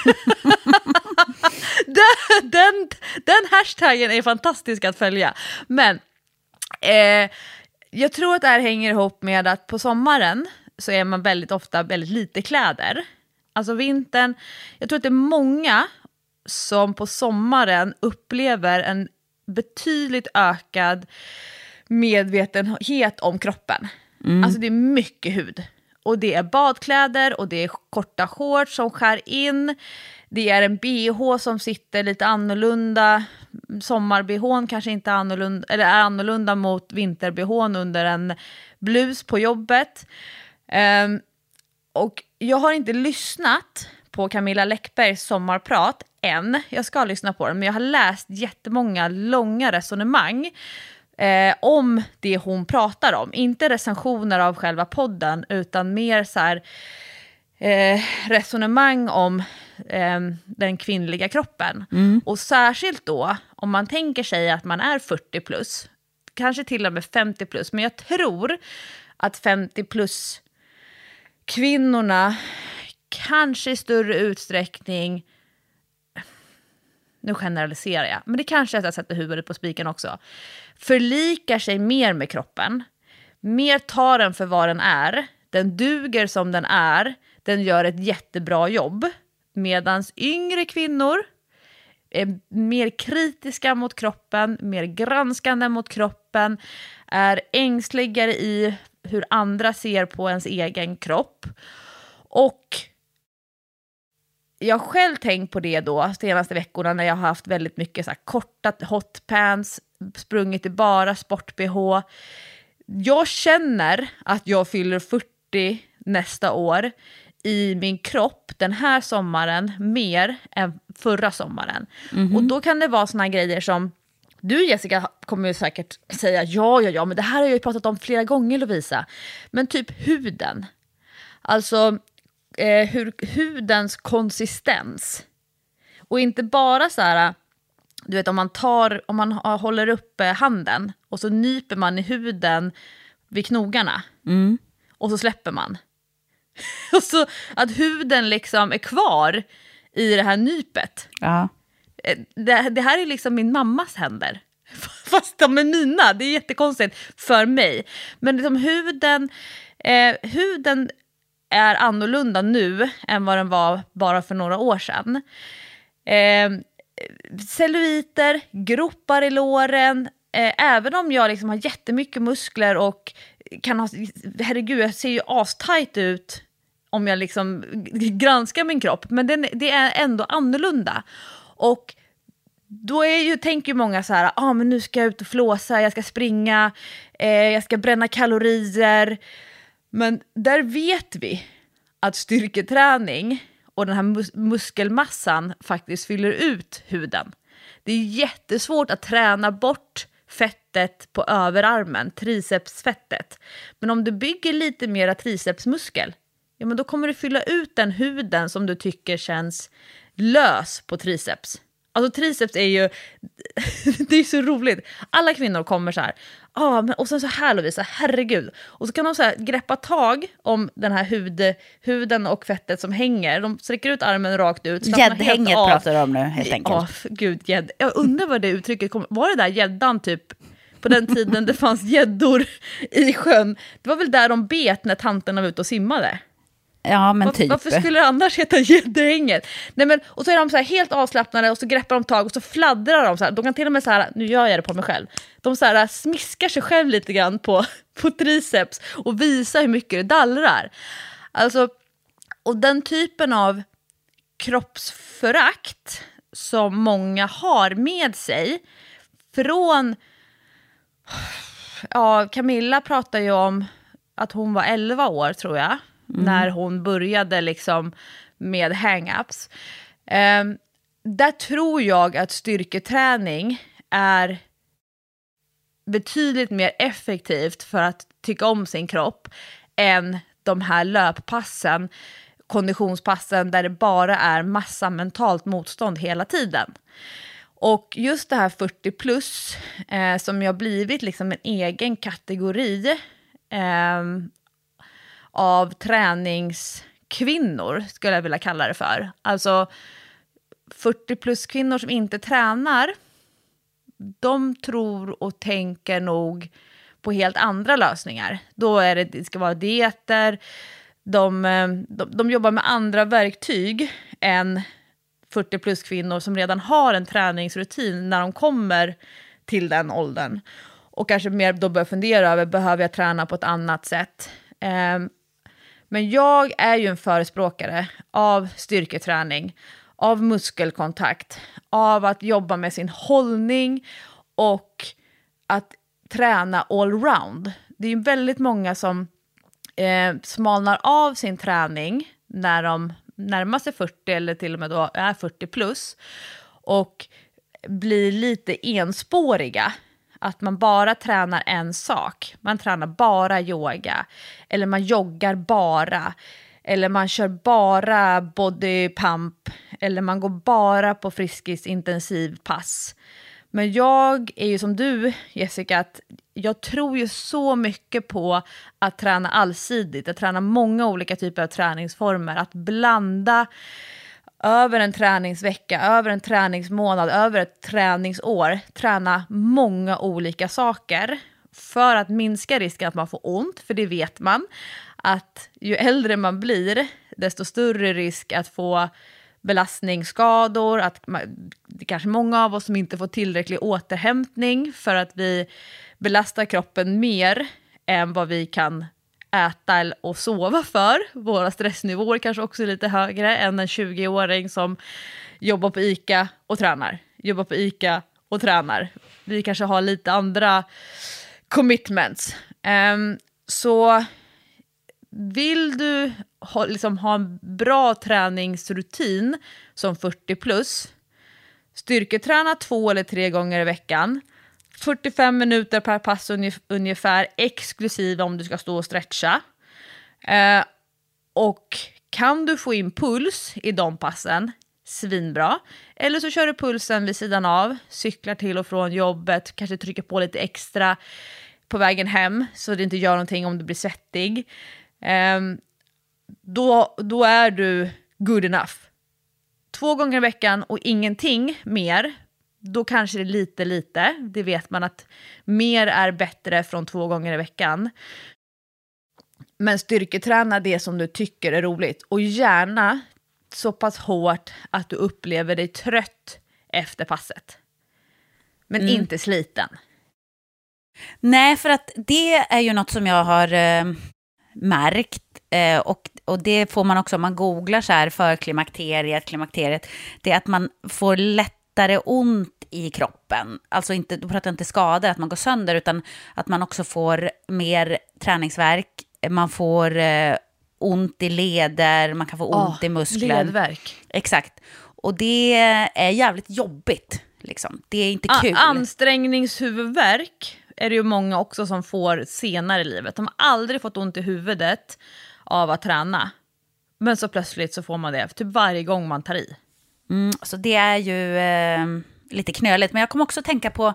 den hashtaggen är fantastisk att följa. Men jag tror att det här hänger ihop med att på sommaren så är man väldigt ofta väldigt lite kläder. Alltså vintern, jag tror att det är många som på sommaren upplever en betydligt ökad medvetenhet om kroppen. Alltså det är mycket hud. Och det är badkläder och det är korta shorts som skär in. Det är en BH som sitter lite annorlunda. Sommar-BHn kanske inte är annorlunda, eller är annorlunda mot vinter-BHn under en blus på jobbet. Och jag har inte lyssnat på Camilla Läckbergs sommarprat än. Jag ska lyssna på den, men jag har läst jättemånga långa resonemang om det hon pratar om. Inte recensioner av själva podden, utan mer så här, resonemang om den kvinnliga kroppen. Och särskilt då om man tänker sig att man är 40 plus, kanske till och med 50 plus, men jag tror att 50 plus kvinnorna kanske i större utsträckning, nu generaliserar jag, men det kanske är att jag sätter huvudet på spiken också, förlikar sig mer med kroppen, mer tar den för vad den är, den duger som den är, den gör ett jättebra jobb, medans yngre kvinnor är mer kritiska mot kroppen, mer granskande mot kroppen, är ängsligare i hur andra ser på ens egen kropp. Och jag har själv tänkt på det då senaste veckorna när jag har haft väldigt mycket så här korta hotpants, sprungit i bara sport-BH. Jag känner att jag fyller 40 nästa år i min kropp den här sommaren mer än förra sommaren. Och då kan det vara såna grejer som du, Jessica, kommer ju säkert säga ja, men det här har jag ju pratat om flera gånger, Lovisa. Men typ huden. Alltså hudens konsistens. Och inte bara så här, du vet, om man håller upp handen och så nyper man i huden vid knogarna. Och så släpper man. Och så att huden liksom är kvar i det här nypet. Ja. Det här är liksom min mammas händer. Fast de är mina. Det är jättekonstigt för mig. Men liksom huden är annorlunda nu än vad den var bara för några år sedan. Celluliter, gropar i låren. Även om jag liksom har jättemycket muskler och kan ha, herregud, jag ser ju astajt ut om jag liksom granskar min kropp. Men det är ändå annorlunda. Och då tänker ju många så här, men nu ska jag ut och flåsa, jag ska springa, jag ska bränna kalorier. Men där vet vi att styrketräning och den här muskelmassan faktiskt fyller ut huden. Det är jättesvårt att träna bort fettet på överarmen, tricepsfettet. Men om du bygger lite mera tricepsmuskel, ja, men då kommer du fylla ut den huden som du tycker känns lös på triceps. Alltså triceps är ju, det är så roligt. Alla kvinnor kommer så här, och sen så här Lovisa, herregud. Och så kan de så här greppa tag om den här huden och fettet som hänger. De sträcker ut armen rakt ut. Gäddhänget pratar du om nu, helt enkelt. Gud, gädd. Jag undrar vad det uttrycket kom. Var det där gäddan typ på den tiden det fanns gäddor i sjön? Det var väl där de bet när tanterna var ute och simmade. Ja, men typ. Varför skulle det annars heta gäddhänget? Nej, men, och så är de så här helt avslappnade och så greppar de tag och så fladdrar de så här. De kan till och med så här, nu gör jag det på mig själv. De så här smiskar sig själv lite grann på triceps och visar hur mycket det dallrar. Alltså, och den typen av kroppsförakt som många har med sig från, Camilla pratar ju om att hon var 11 år tror jag. När hon började liksom med hang-ups. Där tror jag att styrketräning är betydligt mer effektivt för att tycka om sin kropp än de här löppassen, konditionspassen där det bara är massa mentalt motstånd hela tiden. Och just det här 40 plus som jag blivit liksom en egen kategori av träningskvinnor skulle jag vilja kalla det för. Alltså 40 plus kvinnor som inte tränar, de tror och tänker nog på helt andra lösningar. Då är det ska vara dieter, de jobbar med andra verktyg än 40 plus kvinnor som redan har en träningsrutin när de kommer till den åldern. Och kanske mer då börjar fundera över, behöver jag träna på ett annat sätt? Men jag är ju en förespråkare av styrketräning, av muskelkontakt, av att jobba med sin hållning och att träna allround. Det är ju väldigt många som smalnar av sin träning när de närmar sig 40 eller till och med då är 40 plus och blir lite enspåriga. Att man bara tränar en sak. Man tränar bara yoga. Eller man joggar bara. Eller man kör bara body pump. Eller man går bara på Friskis intensivpass. Men jag är ju som du, Jessica, att jag tror ju så mycket på att träna allsidigt. Att träna många olika typer av träningsformer. Att blanda över en träningsvecka, över en träningsmånad, över ett träningsår. Träna många olika saker för att minska risken att man får ont. För det vet man, att ju äldre man blir, desto större risk att få belastningsskador. Att det är kanske många av oss som inte får tillräcklig återhämtning för att vi belastar kroppen mer än vad vi kan äta och sova för. Våra stressnivåer kanske också är lite högre än en 20-åring som jobbar på ICA och tränar. Jobbar på ICA och tränar. Vi kanske har lite andra commitments. Så vill du ha en bra träningsrutin som 40 plus, styrketräna 2 eller 3 gånger i veckan. 45 minuter per pass ungefär, exklusive om du ska stå och stretcha. Och kan du få in puls i de passen, svinbra. Eller så kör du pulsen vid sidan av, cyklar till och från jobbet, kanske trycker på lite extra på vägen hem så det inte gör någonting om du blir svettig. Då är du good enough. 2 gånger i veckan och ingenting mer, då kanske det är lite. Det vet man att mer är bättre från 2 gånger i veckan. Men styrketräna det som du tycker är roligt. Och gärna så pass hårt att du upplever dig trött efter passet. Men inte sliten. Nej, för att det är ju något som jag har märkt. Och det får man också om man googlar så här för klimakteriet. Det är att man får lättare ont i kroppen. Alltså inte, då pratar jag inte skador, att man går sönder, utan att man också får mer träningsvärk. Man får ont i leder, man kan få ont i muskler. Ledvärk. Exakt. Och det är jävligt jobbigt. Liksom. Det är inte kul. Ansträngningshuvudvärk är det ju många också som får senare i livet. De har aldrig fått ont i huvudet av att träna. Men så plötsligt så får man det typ varje gång man tar i. Så det är ju lite knöligt. Men jag kommer också tänka på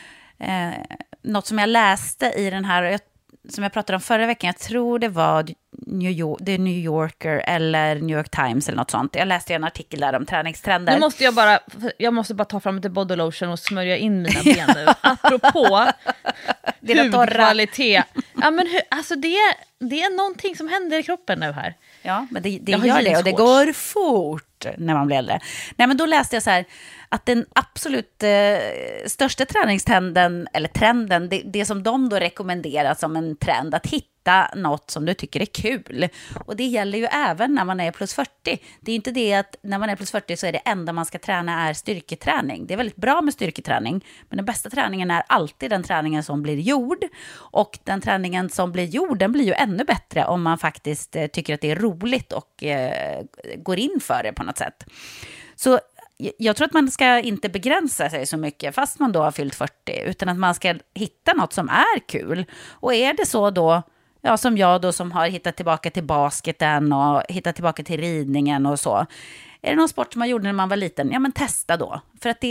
något som jag läste i den här, som jag pratade om förra veckan. Jag tror det var The New Yorker eller New York Times eller något sånt. Jag läste en artikel där om träningstrender. Nu måste jag måste bara ta fram lite body lotion och smörja in mina ben nu. Apropå hudkvalitet. Ja, men alltså det är någonting som händer i kroppen nu här. Ja, men det gör det, och det går fort när man blir äldre. Nej, men då läste jag så här att den absolut största träningstrenden, eller trenden, det som de då rekommenderar som en trend, att hitta något som du tycker är kul. Och det gäller ju även när man är plus 40. Det är inte det att när man är plus 40 så är det enda man ska träna är styrketräning. Det är väldigt bra med styrketräning, men den bästa träningen är alltid den träningen som blir gjord. Och den träningen som blir gjord, den blir ju ännu bättre om man faktiskt tycker att det är roligt och går in för det på något sätt. Så jag tror att man ska inte begränsa sig så mycket fast man då har fyllt 40, utan att man ska hitta något som är kul. Och är det så då, ja, som jag då som har hittat tillbaka till basketen och hittat tillbaka till ridningen och så. Är det någon sport som man gjorde när man var liten? Ja, men testa då. För att det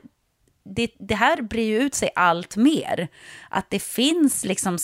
här blir ju ut sig allt mer. Att det finns liksom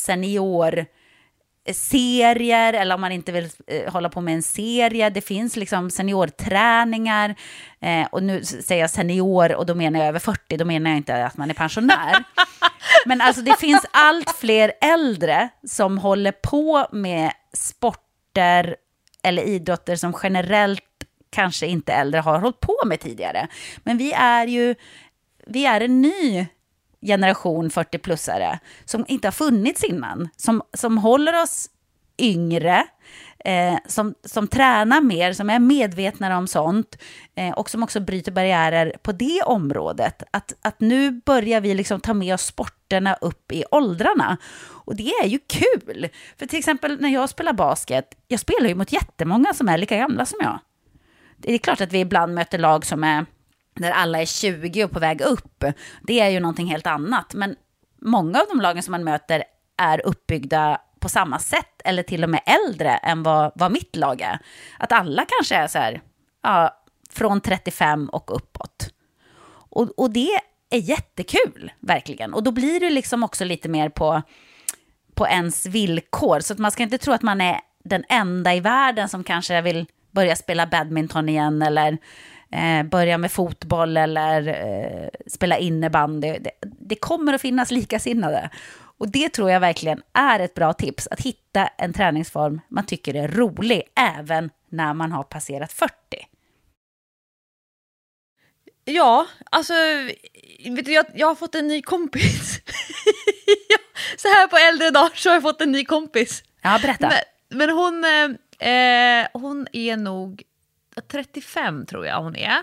serier, eller om man inte vill hålla på med en serie, det finns liksom seniorträningar, och nu säger jag senior och då menar jag över 40, då menar jag inte att man är pensionär. Men alltså det finns allt fler äldre som håller på med sporter eller idrotter som generellt kanske inte äldre har hållit på med tidigare. Men vi är en ny generation 40-plussare som inte har funnits innan, som håller oss yngre, som tränar mer, som är medvetna om sånt, och som också bryter barriärer på det området. Att nu börjar vi liksom ta med oss sporterna upp i åldrarna, och det är ju kul. För till exempel när jag spelar basket, jag spelar ju mot jättemånga som är lika gamla som jag. Det är klart att vi ibland möter lag som är där alla är 20 och på väg upp. Det är ju någonting helt annat. Men många av de lagen som man möter är uppbyggda på samma sätt, eller till och med äldre än vad mitt lag är. Att alla kanske är så här, ja, från 35 och uppåt. Och det är jättekul, verkligen. Och då blir det liksom också lite mer på ens villkor. Så att man ska inte tro att man är den enda i världen som kanske vill börja spela badminton igen, eller börja med fotboll, eller spela innebandy. Det kommer att finnas likasinnade. Och det tror jag verkligen är ett bra tips. Att hitta en träningsform man tycker är rolig, även när man har passerat 40. Ja, alltså vet du, jag har fått en ny kompis. Så här på äldre dagar så har jag fått en ny kompis. Ja, berätta. Men hon är nog 35, tror jag hon är.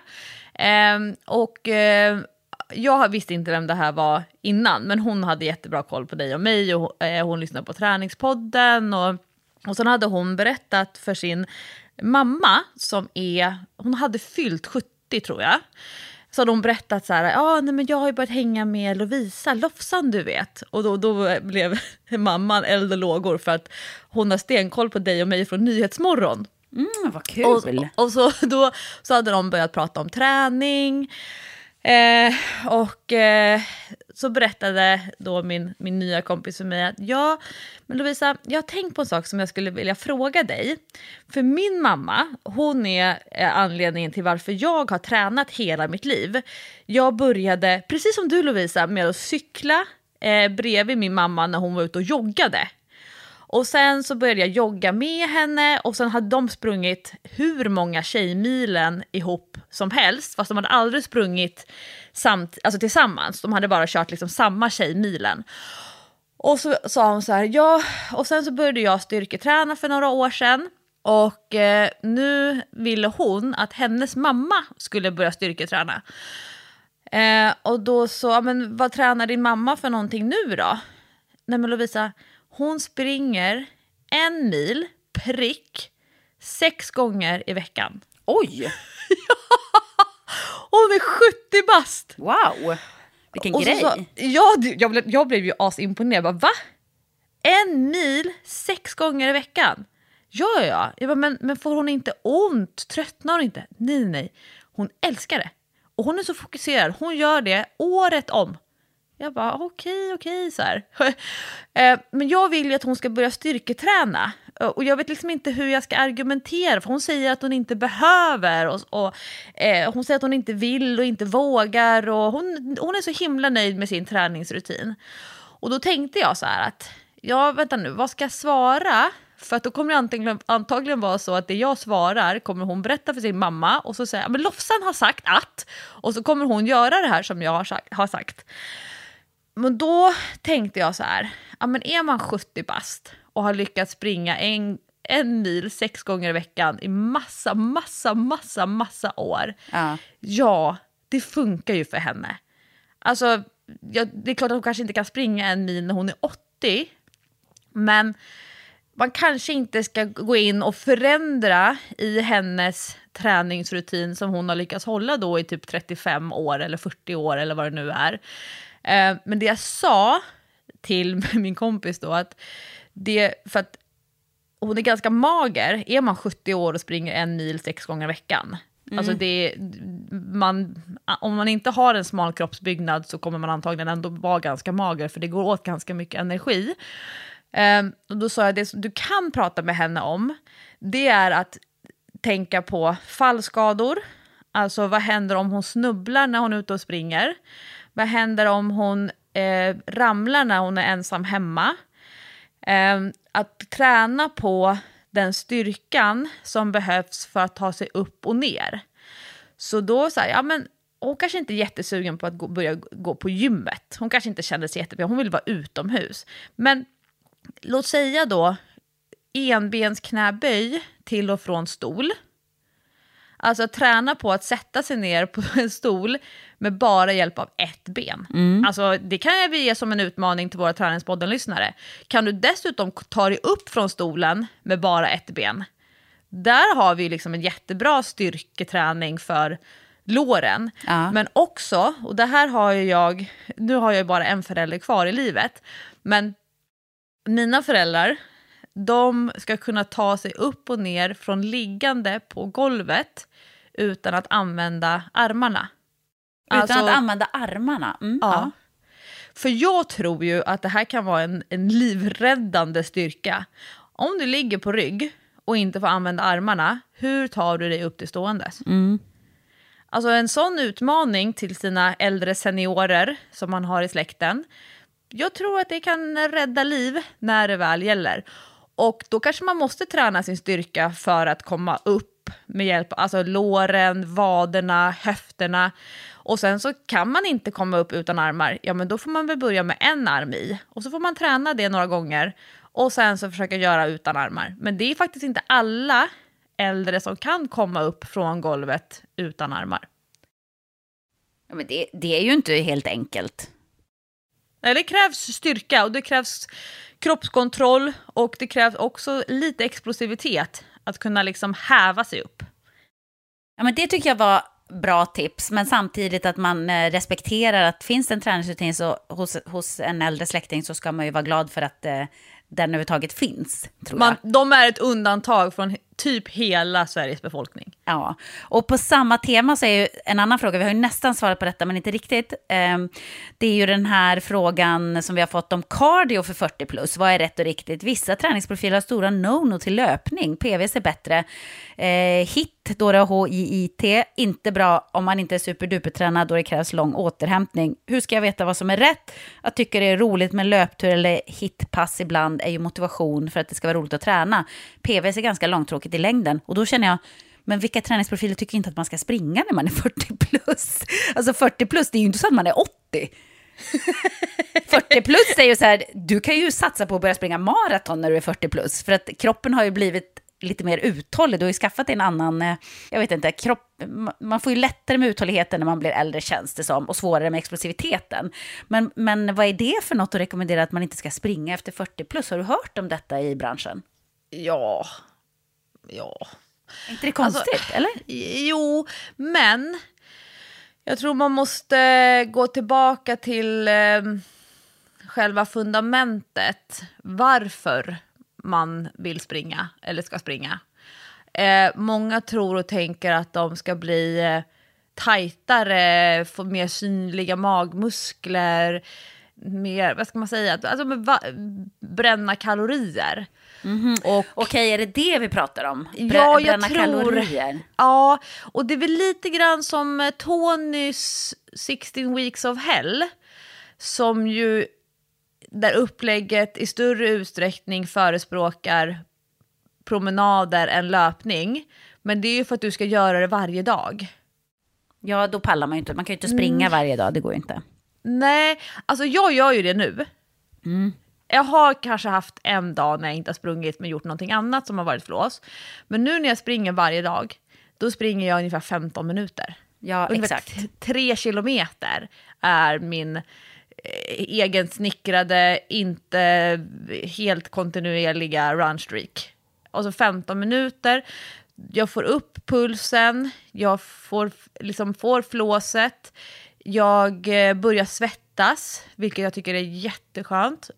Jag visste inte vem det här var innan, men hon hade jättebra koll på dig och mig, och hon lyssnade på träningspodden, och sen hade hon berättat för sin mamma hon hade fyllt 70, tror jag. Så hade hon berättat så här, nej, men jag har ju börjat hänga med Lovisa Lofsan, du vet. Och då blev mamman eld och lågor, för att hon har stenkoll på dig och mig från Nyhetsmorgon. Vad kul. Och så hade de börjat prata om träning. så berättade då min nya kompis för mig att ja, men Lovisa, jag har tänkt på en sak som jag skulle vilja fråga dig. För min mamma, hon är anledningen till varför jag har tränat hela mitt liv. Jag började, precis som du Lovisa, med att cykla bredvid min mamma när hon var ute och joggade. Och sen så började jag jogga med henne och sen hade de sprungit hur många tjejmilen ihop som helst. Fast de hade aldrig sprungit alltså tillsammans. De hade bara kört liksom samma tjejmilen. Och så sa hon så här, ja, och sen så började jag styrketräna för några år sedan. Och nu ville hon att hennes mamma skulle börja styrketräna. Och då så, men vad tränar din mamma för någonting nu då? Nej men Lovisa, hon springer 1 mil prick 6 gånger i veckan. Oj! Hon är 70 bast! Wow! Vilken och grej! Jag blev ju asimponerad. Bara, va? 1 mil 6 gånger i veckan? Ja. Jag bara, men får hon inte ont? Tröttnar hon inte? Nej. Hon älskar det. Och hon är så fokuserad. Hon gör det året om. Jag bara, okej, så här. Men jag vill ju att hon ska börja styrketräna. Och jag vet liksom inte hur jag ska argumentera. För hon säger att hon inte behöver. Och hon säger att hon inte vill och inte vågar. Och hon är så himla nöjd med sin träningsrutin. Och då tänkte jag så här att, ja vänta nu, vad ska jag svara? För att då kommer det antagligen vara så att det jag svarar kommer hon berätta för sin mamma. Och så säger jag, men Lofsan har sagt att. Och så kommer hon göra det här som jag har sagt. Men då tänkte jag så här, ja men är man 70 bast och har lyckats springa en mil 6 gånger i veckan i massa år. Ja, det funkar ju för henne. Alltså, det är klart att hon kanske inte kan springa 1 mil när hon är 80. Men man kanske inte ska gå in och förändra i hennes träningsrutin som hon har lyckats hålla då i typ 35 år eller 40 år eller vad det nu är. Men det jag sa till min kompis då att för att hon är ganska mager, är man 70 år och springer 1 mil 6 gånger i veckan. Alltså om man inte har en smal kroppsbyggnad så kommer man antagligen ändå vara ganska mager för det går åt ganska mycket energi. Och då sa jag, det som du kan prata med henne om, det är att tänka på fallskador. Alltså vad händer om hon snubblar när hon är ute och springer? Vad händer om hon ramlar när hon är ensam hemma? Att träna på den styrkan som behövs för att ta sig upp och ner. Så då så här, ja men hon kanske inte är jättesugen på att börja gå på gymmet. Hon kanske inte kände sig jättebra, hon vill vara utomhus. Men låt säga då enbensknäböj till och från stol. Alltså träna på att sätta sig ner på en stol med bara hjälp av ett ben. Alltså det kan vi ge som en utmaning till våra träningspodden-lyssnare. Kan du dessutom ta dig upp från stolen med bara ett ben? Där har vi liksom en jättebra styrketräning för låren. Ja. Men också, och det här har nu har jag bara en förälder kvar i livet. Men mina föräldrar, de ska kunna ta sig upp och ner från liggande på golvet utan att använda armarna. Utan att använda armarna? Ja. För jag tror ju att det här kan vara en livräddande styrka. Om du ligger på rygg och inte får använda armarna, hur tar du dig upp till ståendes? Alltså en sån utmaning till sina äldre seniorer som man har i släkten. Jag tror att det kan rädda liv när det väl gäller. Och då kanske man måste träna sin styrka för att komma upp med hjälp av alltså låren, vaderna, höfterna. Och sen så kan man inte komma upp utan armar. Ja men då får man väl börja med en arm i. Och så får man träna det några gånger. Och sen så försöka göra utan armar. Men det är faktiskt inte alla äldre som kan komma upp från golvet utan armar. Ja, men det är ju inte helt enkelt. Nej, det krävs styrka och det krävs kroppskontroll och det krävs också lite explosivitet att kunna liksom häva sig upp. Ja, men det tycker jag var bra tips, men samtidigt att man respekterar att finns det en träningsrutin så hos en äldre släkting så ska man ju vara glad för att den överhuvudtaget finns, tror jag. De är ett undantag från typ hela Sveriges befolkning. Ja, och på samma tema så är ju en annan fråga, vi har ju nästan svarat på detta men inte riktigt. Det är ju den här frågan som vi har fått om cardio för 40 plus. Vad är rätt och riktigt? Vissa träningsprofiler har stora no-no till löpning. PVC är bättre. HIIT, då det är HIIT, inte bra om man inte är superdupertränad då det krävs lång återhämtning. Hur ska jag veta vad som är rätt? Jag tycker det är roligt med löptur eller HIIT-pass ibland är ju motivation för att det ska vara roligt att träna. PVC är ganska långtråkigt i längden och då känner jag, men vilka träningsprofiler tycker inte att man ska springa när man är 40 plus? Alltså 40 plus, det är ju inte så att man är 80. 40 plus är ju så här, du kan ju satsa på att börja springa maraton när du är 40 plus. För att kroppen har ju blivit lite mer uthållig. Du har ju skaffat en annan, jag vet inte, man får ju lättare med uthålligheten när man blir äldre, känns det som. Och svårare med explosiviteten. Men vad är det för något att rekommendera att man inte ska springa efter 40 plus? Har du hört om detta i branschen? Ja. Är inte det konstigt, alltså, eller? Jo, men jag tror man måste gå tillbaka till själva fundamentet. Varför man vill springa eller ska springa. Många tror och tänker att de ska bli tajtare, få mer synliga magmuskler, mer, vad ska man säga, alltså bränna kalorier. Mm-hmm. Okej, är det vi pratar om? Ja, jag bränna tror. Kalorier. Ja, och det är väl lite grann som Tonys 16 Weeks of Hell, som ju där upplägget i större utsträckning förespråkar promenader än löpning. Men det är ju för att du ska göra det varje dag. Ja, då pallar man ju inte. Man kan ju inte springa varje dag, det går ju inte. Nej, alltså jag gör ju det nu. Mm. Jag har kanske haft en dag när jag inte har sprungit men gjort någonting annat som har varit flås. Men nu när jag springer varje dag, då springer jag ungefär 15 minuter. Ja, ungefär exakt. 3 kilometer är min egen snickrade, inte helt kontinuerliga runstreak. Och så 15 minuter, jag får upp pulsen, jag får flåset, jag börjar svettas, vilket jag tycker är jätteskönt.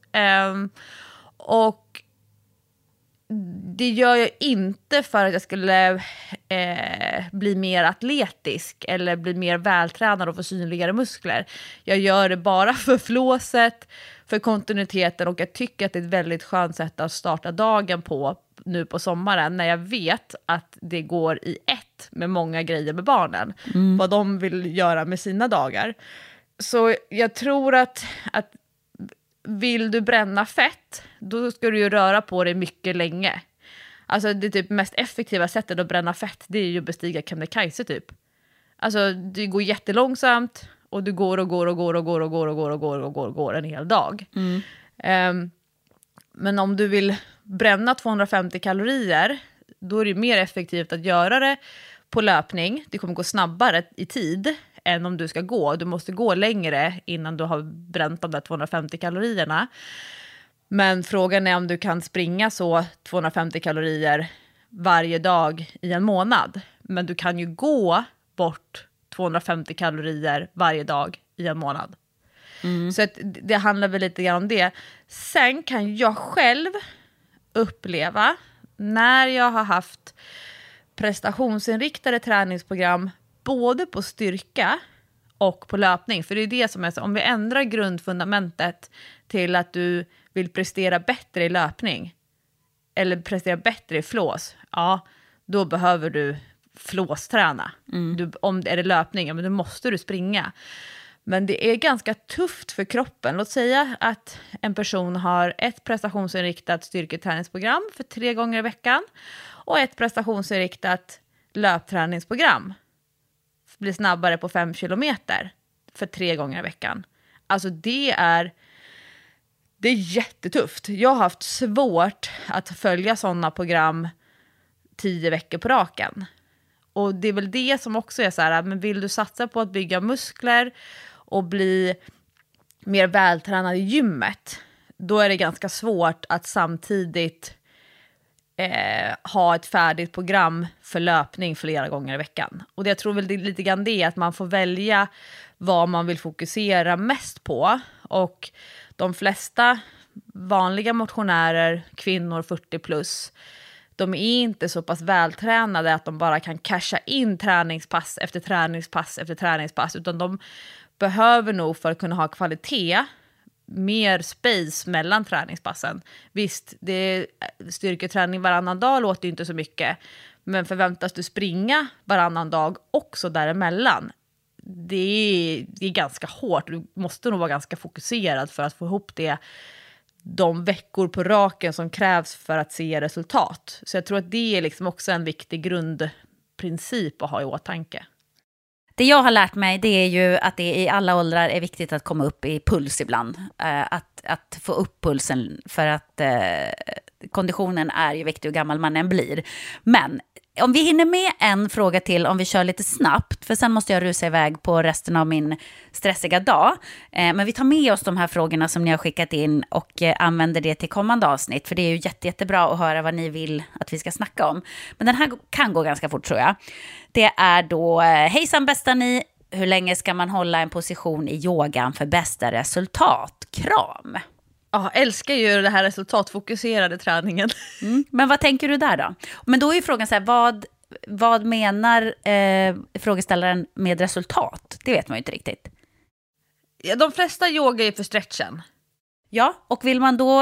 Och det gör jag inte för att jag skulle bli mer atletisk eller bli mer vältränad och få synligare muskler. Jag gör det bara för flåset, för kontinuiteten, och jag tycker att det är ett väldigt skönt sätt att starta dagen på nu på sommaren när jag vet att det går i ett med många grejer med barnen. Vad de vill göra med sina dagar. Så jag tror att vill du bränna fett, då ska du ju röra på dig mycket länge. Alltså det typ mest effektiva sättet att bränna fett, det är ju att bestiga Kebnekaise typ. Alltså det går jättelångsamt och du går en hel dag. Men om du vill bränna 250 kalorier, då är det mer effektivt att göra det på löpning. Det kommer gå snabbare i tid än om du ska gå. Du måste gå längre innan du har bränt de där 250 kalorierna. Men frågan är om du kan springa så 250 kalorier varje dag i en månad. Men du kan ju gå bort 250 kalorier varje dag i en månad. Så att det handlar väl lite grann om det. Sen kan jag själv uppleva när jag har haft prestationsinriktade träningsprogram både på styrka och på löpning. För det är det som är så, om vi ändrar grundfundamentet till att du vill prestera bättre i löpning eller prestera bättre i flås, ja, då behöver du flåsträna. Om det är löpning, ja, men då måste du springa. Men det är ganska tufft för kroppen. Låt säga att en person har ett prestationsinriktat styrketräningsprogram för 3 gånger i veckan och ett prestationsinriktat löpträningsprogram. Blir snabbare på 5 kilometer för 3 gånger i veckan. Alltså det är jättetufft. Jag har haft svårt att följa sådana program 10 veckor på raken. Och det är väl det som också är så här, men vill du satsa på att bygga muskler och bli mer vältränad i gymmet, då är det ganska svårt att samtidigt ha ett färdigt program för löpning flera gånger i veckan. Och jag tror väl det är lite grann det, att man får välja vad man vill fokusera mest på. Och de flesta vanliga motionärer, kvinnor 40 plus, de är inte så pass vältränade att de bara kan casha in träningspass efter träningspass efter träningspass, utan de behöver nog för att kunna ha kvalitet mer space mellan träningspassen. Visst, styrketräning varannan dag låter ju inte så mycket, men förväntas du springa varannan dag också däremellan, det är ganska hårt. Du måste nog vara ganska fokuserad för att få ihop de veckor på raken som krävs för att se resultat. Så jag tror att det är liksom också en viktig grundprincip att ha i åtanke. Det jag har lärt mig, det är ju att det i alla åldrar är viktigt att komma upp i puls ibland. Att få upp pulsen, för att konditionen är ju viktig hur gammal man än blir. Men om vi hinner med en fråga till, om vi kör lite snabbt, för sen måste jag rusa iväg på resten av min stressiga dag. Men vi tar med oss de här frågorna som ni har skickat in och använder det till kommande avsnitt, för det är ju jättebra att höra vad ni vill att vi ska snacka om. Men den här kan gå ganska fort, tror jag. Det är då: hejsan bästa ni, hur länge ska man hålla en position i yogan för bästa resultat? Kram! Ja, älskar ju det här resultatfokuserade träningen. Men vad tänker du där då? Men då är ju frågan så här, vad menar frågeställaren med resultat? Det vet man ju inte riktigt. Ja, de flesta yogar är för stretchen. Ja, och vill man då...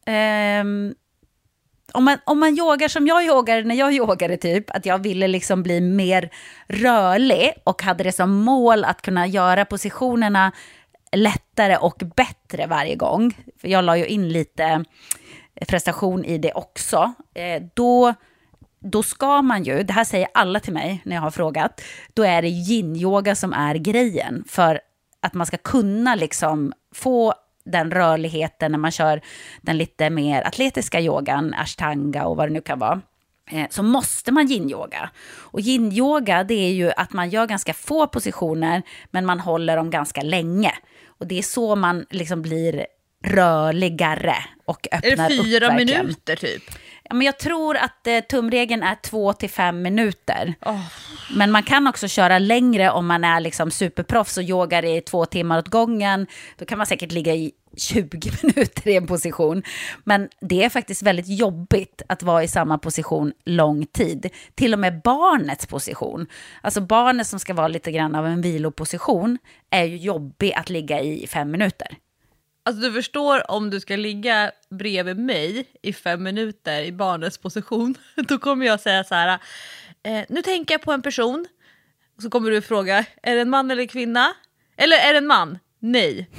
Om man yogar som jag yogar när jag yogade, typ, att jag ville liksom bli mer rörlig och hade det som mål att kunna göra positionerna lättare och bättre varje gång, för jag la ju in lite prestation i det också, då ska man ju, det här säger alla till mig när jag har frågat, då är det yin-yoga som är grejen, för att man ska kunna liksom få den rörligheten när man kör den lite mer atletiska yogan, ashtanga och vad det nu kan vara. Så måste man yin-yoga. Och yin-yoga, det är ju att man gör ganska få positioner, men man håller dem ganska länge. Och det är så man liksom blir rörligare och öppnar upp. Är det 4 verkligen. minuter typ? Ja, men jag tror att tumregeln är 2 till 5 minuter. Men man kan också köra längre om man är liksom superproffs och yogar i 2 timmar åt gången. Då kan man säkert ligga i 20 minuter i en position. Men det är faktiskt väldigt jobbigt att vara i samma position lång tid. Till och med barnets position. Alltså barnet som ska vara lite grann av en viloposition är ju jobbig att ligga i 5 minuter. Alltså du förstår, om du ska ligga bredvid mig i 5 minuter i barnets position, då kommer jag säga så här: nu tänker jag på en person. Och så kommer du fråga, är det en man eller kvinna? Eller är det en man? Nej.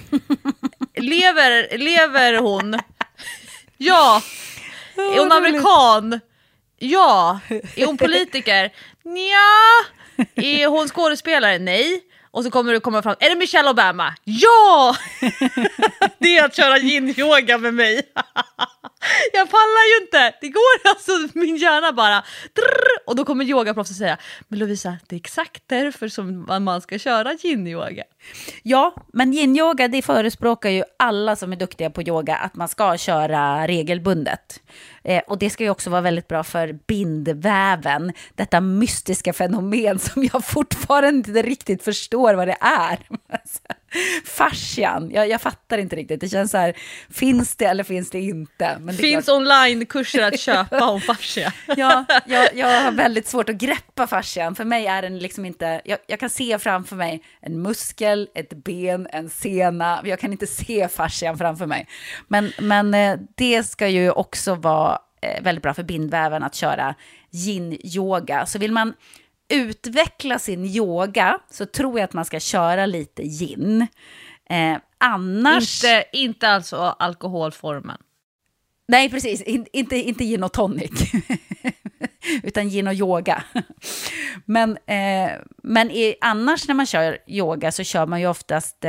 Lever hon? Ja. Är hon amerikan? Ja. Är hon politiker? Ja. Är hon skådespelare? Nej. Och så kommer du komma fram, är det Michelle Obama? Ja! Det är att köra yin-yoga med mig. Jag pallar ju inte. Det går alltså, min hjärna bara... Och då kommer yogaproffs att säga, men Lovisa, det är exakt därför som man ska köra yin-yoga. Ja, men yin-yoga, det förespråkar ju alla som är duktiga på yoga att man ska köra regelbundet. Och det ska ju också vara väldigt bra för bindväven. Detta mystiska fenomen som jag fortfarande inte riktigt förstår vad det är. Fascian, jag fattar inte riktigt. Det känns så här, finns det eller finns det inte? Men det finns online-kurser att köpa om fascia. Ja, jag har väldigt svårt att greppa fascian. För mig är den liksom inte... Jag kan se framför mig en muskel, ett ben, en sena. Jag kan inte se fascian framför mig. Men det ska ju också vara väldigt bra för bindväven att köra yin-yoga. Så vill man utveckla sin yoga så tror jag att man ska köra lite yin. Annars... Inte alltså alkoholformen. Nej, precis. Inte gin och tonic. Utan gin och yoga. Men annars när man kör yoga så kör man ju oftast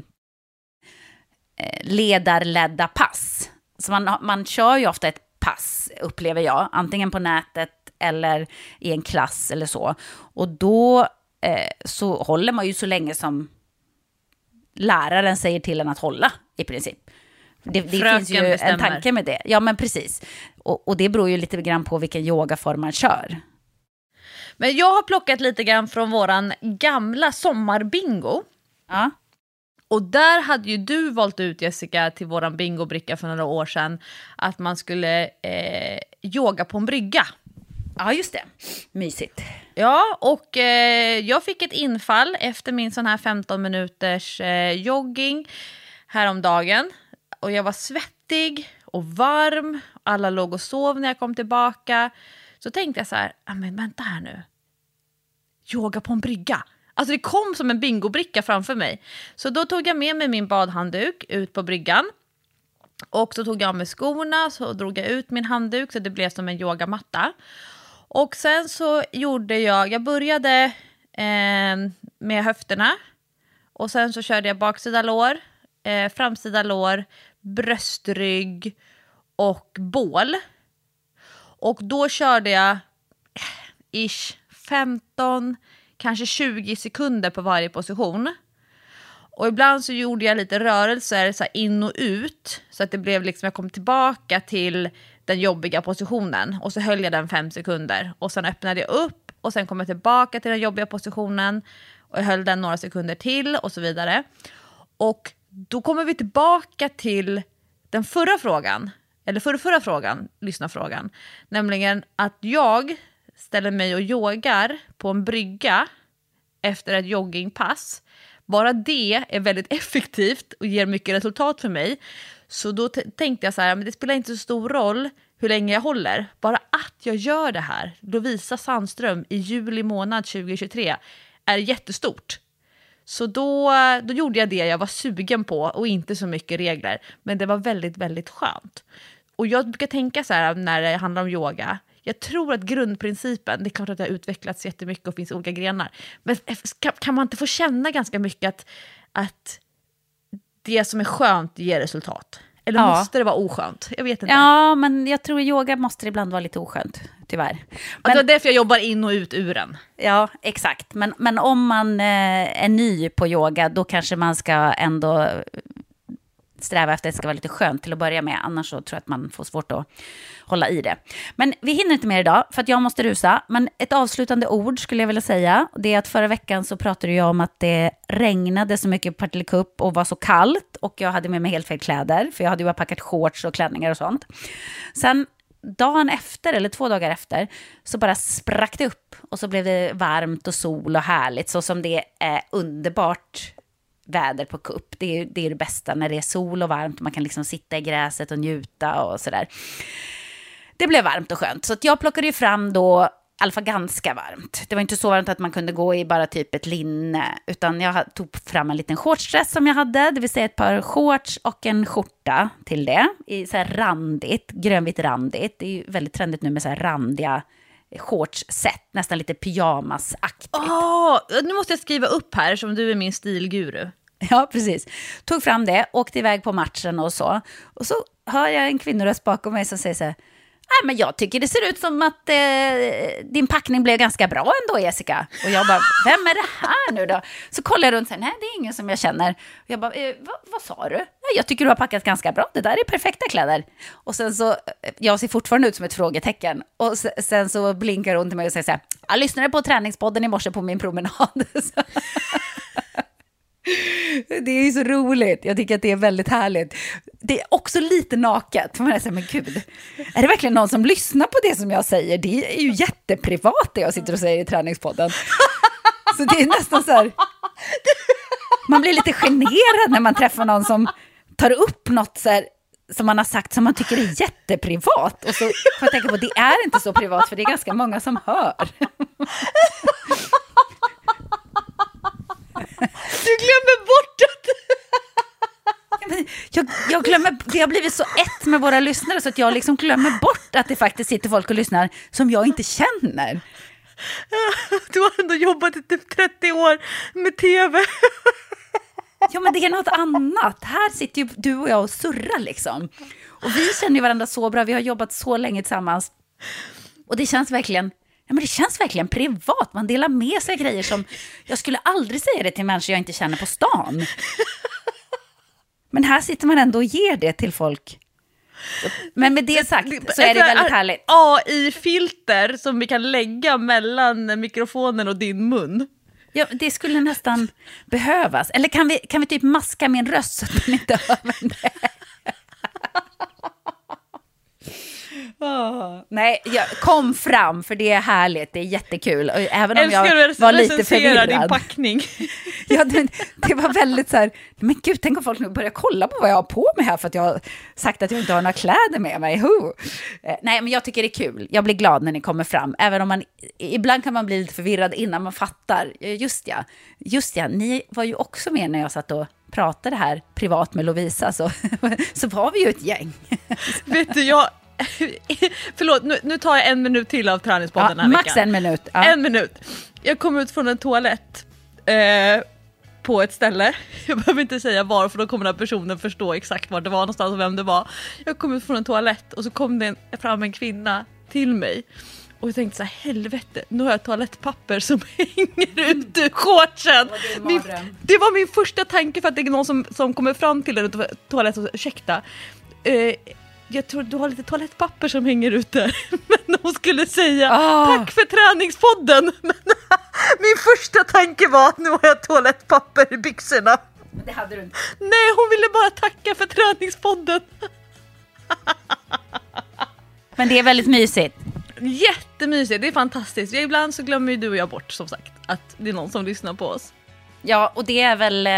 ledarledda pass. Så man kör ju ofta ett pass, upplever jag. Antingen på nätet eller i en klass eller så. Och då så håller man ju så länge som läraren säger till en att hålla, i princip. Det finns ju bestämmer. En tanke med det. Ja, men precis. Och det beror ju lite grann på vilken yogaform man kör. Men jag har plockat lite grann från våran gamla sommarbingo. Ja. Och där hade ju du valt ut, Jessica, till våran bingobricka för några år sedan, att man skulle yoga på en brygga. Ja, just det. Mysigt. Ja, och jag fick ett infall efter min sån här 15 minuters jogging häromdagen. Och jag var svettig och varm. Alla låg och sov när jag kom tillbaka. Så tänkte jag så här, men vänta här nu. Yoga på en brygga. Alltså det kom som en bingobricka framför mig. Så då tog jag med mig min badhandduk ut på bryggan. Och så tog jag av mig skorna, så drog jag ut min handduk så det blev som en yogamatta. Och sen så gjorde jag började med höfterna. Och sen så körde jag baksida lår, framsida lår, bröstrygg och bål. Och då körde jag 15, kanske 20 sekunder på varje position. Och ibland så gjorde jag lite rörelser så här in och ut. Så att det blev liksom, jag kom tillbaka till den jobbiga positionen. Och så höll jag den 5 sekunder. Och sen öppnade jag upp. Och sen kom jag tillbaka till den jobbiga positionen. Och jag höll den några sekunder till och så vidare. Och då kommer vi tillbaka till den förra frågan. Eller förra frågan, lyssnarfrågan. Nämligen att jag ställer mig och yogar på en brygga efter ett joggingpass. Bara det är väldigt effektivt och ger mycket resultat för mig. Så då tänkte jag så här, men det spelar inte så stor roll hur länge jag håller. Bara att jag gör det här, Lovisa Sandström, i juli månad 2023 är jättestort. Så då gjorde jag det jag var sugen på och inte så mycket regler. Men det var väldigt, väldigt skönt. Och jag brukar tänka så här när det handlar om yoga. Jag tror att grundprincipen, det är klart att det har utvecklats jättemycket och finns olika grenar. Men kan man inte få känna ganska mycket att det som är skönt ger resultat? Eller måste det vara oskönt? Jag vet inte. Ja, men jag tror yoga måste ibland vara lite oskönt, tyvärr. Men, det är därför jag jobbar in och ut ur den. Ja, exakt. Men om man är ny på yoga, då kanske man ska ändå sträva efter att det ska vara lite skönt till att börja med. Annars så tror jag att man får svårt att hålla i det. Men vi hinner inte mer idag för att jag måste rusa. Men ett avslutande ord skulle jag vilja säga. Det är att förra veckan så pratade jag om att det regnade så mycket på Partille Cup och var så kallt. Och jag hade med mig helt fel kläder. För jag hade ju bara packat shorts och klänningar och sånt. Sen dagen efter eller 2 dagar efter så bara sprack det upp. Och så blev det varmt och sol och härligt. Så som det är underbart väder på Cup. Det är det bästa när det är sol och varmt. Man kan liksom sitta i gräset och njuta och sådär. Det blev varmt och skönt. Så att jag plockade ju fram då i alla fall ganska varmt. Det var inte så varmt att man kunde gå i bara typ ett linne. Utan jag tog fram en liten shortsdress som jag hade. Det vill säga ett par shorts och en skjorta till det. I så här randigt, grönvitt randigt. Det är ju väldigt trendigt nu med så här randiga shortsset. Nästan lite pyjamasaktigt. Nu måste jag skriva upp här som du är min stilguru. Ja, precis. Tog fram det, åkte iväg på matchen och så. Och så hör jag en kvinnoröst bakom mig som säger så här: men jag tycker det ser ut som att din packning blev ganska bra ändå, Jessica. Och jag bara, vem är det här nu då? Så kollar jag runt och säger, nej, det är ingen som jag känner. Och jag bara, vad sa du? Nej, jag tycker du har packat ganska bra, det där är perfekta kläder. Och sen så, jag ser fortfarande ut som ett frågetecken. Och sen så blinkar hon till mig och säger så här: jag lyssnade på träningspodden i morse på min promenad. Det är ju så roligt. Jag tycker att det är väldigt härligt. Det är också lite naket. Man säger, men gud, är det verkligen någon som lyssnar på det som jag säger? Det är ju jätteprivat det jag sitter och säger i träningspodden. Så det är nästan så här, man blir lite generad när man träffar någon som tar upp något så här, som man har sagt som man tycker är jätteprivat. Och så får jag tänka på, det är inte så privat för det är ganska många som hör. Du glömmer bort att... Jag glömmer, det har blivit så ett med våra lyssnare så att jag liksom glömmer bort att det faktiskt sitter folk och lyssnar som jag inte känner. Du har ändå jobbat i typ 30 år med tv. Ja, men det är något annat. Här sitter ju du och jag och surrar liksom. Och vi känner ju varandra så bra. Vi har jobbat så länge tillsammans. Och det känns verkligen... Ja, men det känns verkligen privat. Man delar med sig grejer som... Jag skulle aldrig säga det till människor jag inte känner på stan. Men här sitter man ändå och ger det till folk. Men med det sagt så är det väldigt härligt. AI-filter som vi kan lägga mellan mikrofonen och din mun. Ja, det skulle nästan behövas. Eller kan vi typ maska min röst så att den inte hör det? Nej, jag kom fram för det är härligt, det är jättekul. Och även om jag var lite förvirrad. Din packning. Ja, det var väldigt så här, men gud, tänk om folk nu börjar kolla på vad jag har på mig här för att jag har sagt att jag inte har några kläder med mig. Nej, men jag tycker det är kul. Jag blir glad när ni kommer fram. Även om ibland kan man bli lite förvirrad innan man fattar. Just ja, ni var ju också med när jag satt och pratade här privat med Lovisa, så var vi ju ett gäng. Vet du, förlåt, nu tar jag 1 minut till av träningspodden den här max veckan. 1 minut. Ja. 1 minut. Jag kom ut från en toalett på ett ställe. Jag behöver inte säga var, för då kommer den här personen förstå exakt var det var någonstans och vem det var. Jag kom ut från en toalett och så kom det fram en kvinna till mig. Och jag tänkte så här, helvete, nu har jag toalettpapper som hänger ut ur shortsen. Det var min första tanke, för att det är någon som kommer fram till en toalett och ursäkta. Jag tror du har lite toalettpapper som hänger ut där. Men hon skulle säga tack för träningspodden. Men min första tanke var att nu har jag toalettpapper i byxorna. Men det hade du inte. Nej, hon ville bara tacka för träningspodden. Men det är väldigt mysigt. Jättemysigt, det är fantastiskt. Ibland så glömmer ju du och jag bort, som sagt, att det är någon som lyssnar på oss. Ja, och det är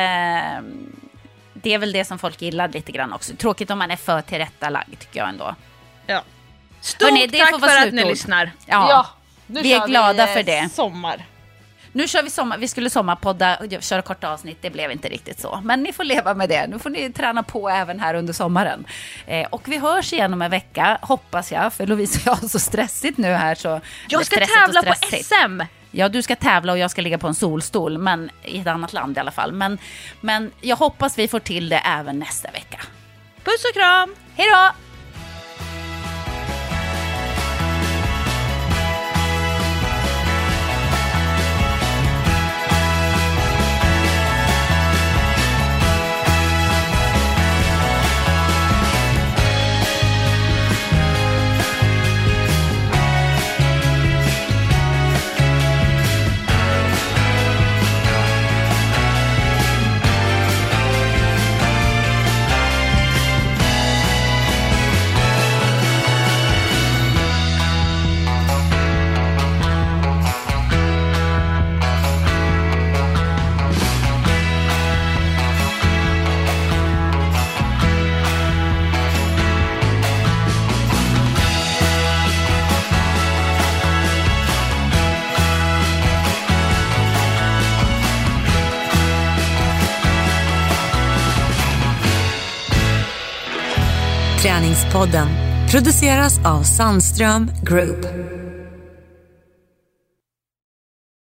väl det som folk gillar lite grann också. Tråkigt om man är för tillrättalagd, tycker jag ändå. Ja. Stort tack för att ni lyssnar. Ja, vi är glada för det. Sommar. Nu kör vi sommar. Vi skulle sommarpodda och köra korta avsnitt. Det blev inte riktigt så. Men ni får leva med det. Nu får ni träna på även här under sommaren. Och vi hörs igen om en vecka, hoppas jag. För Lovisa och jag har så stressigt nu här. Så jag ska tävla på SM. Ja, du ska tävla och jag ska ligga på en solstol. Men i ett annat land i alla fall. Men jag hoppas vi får till det även nästa vecka. Puss och kram. Hej då! Träningspodden produceras av Sandström Group.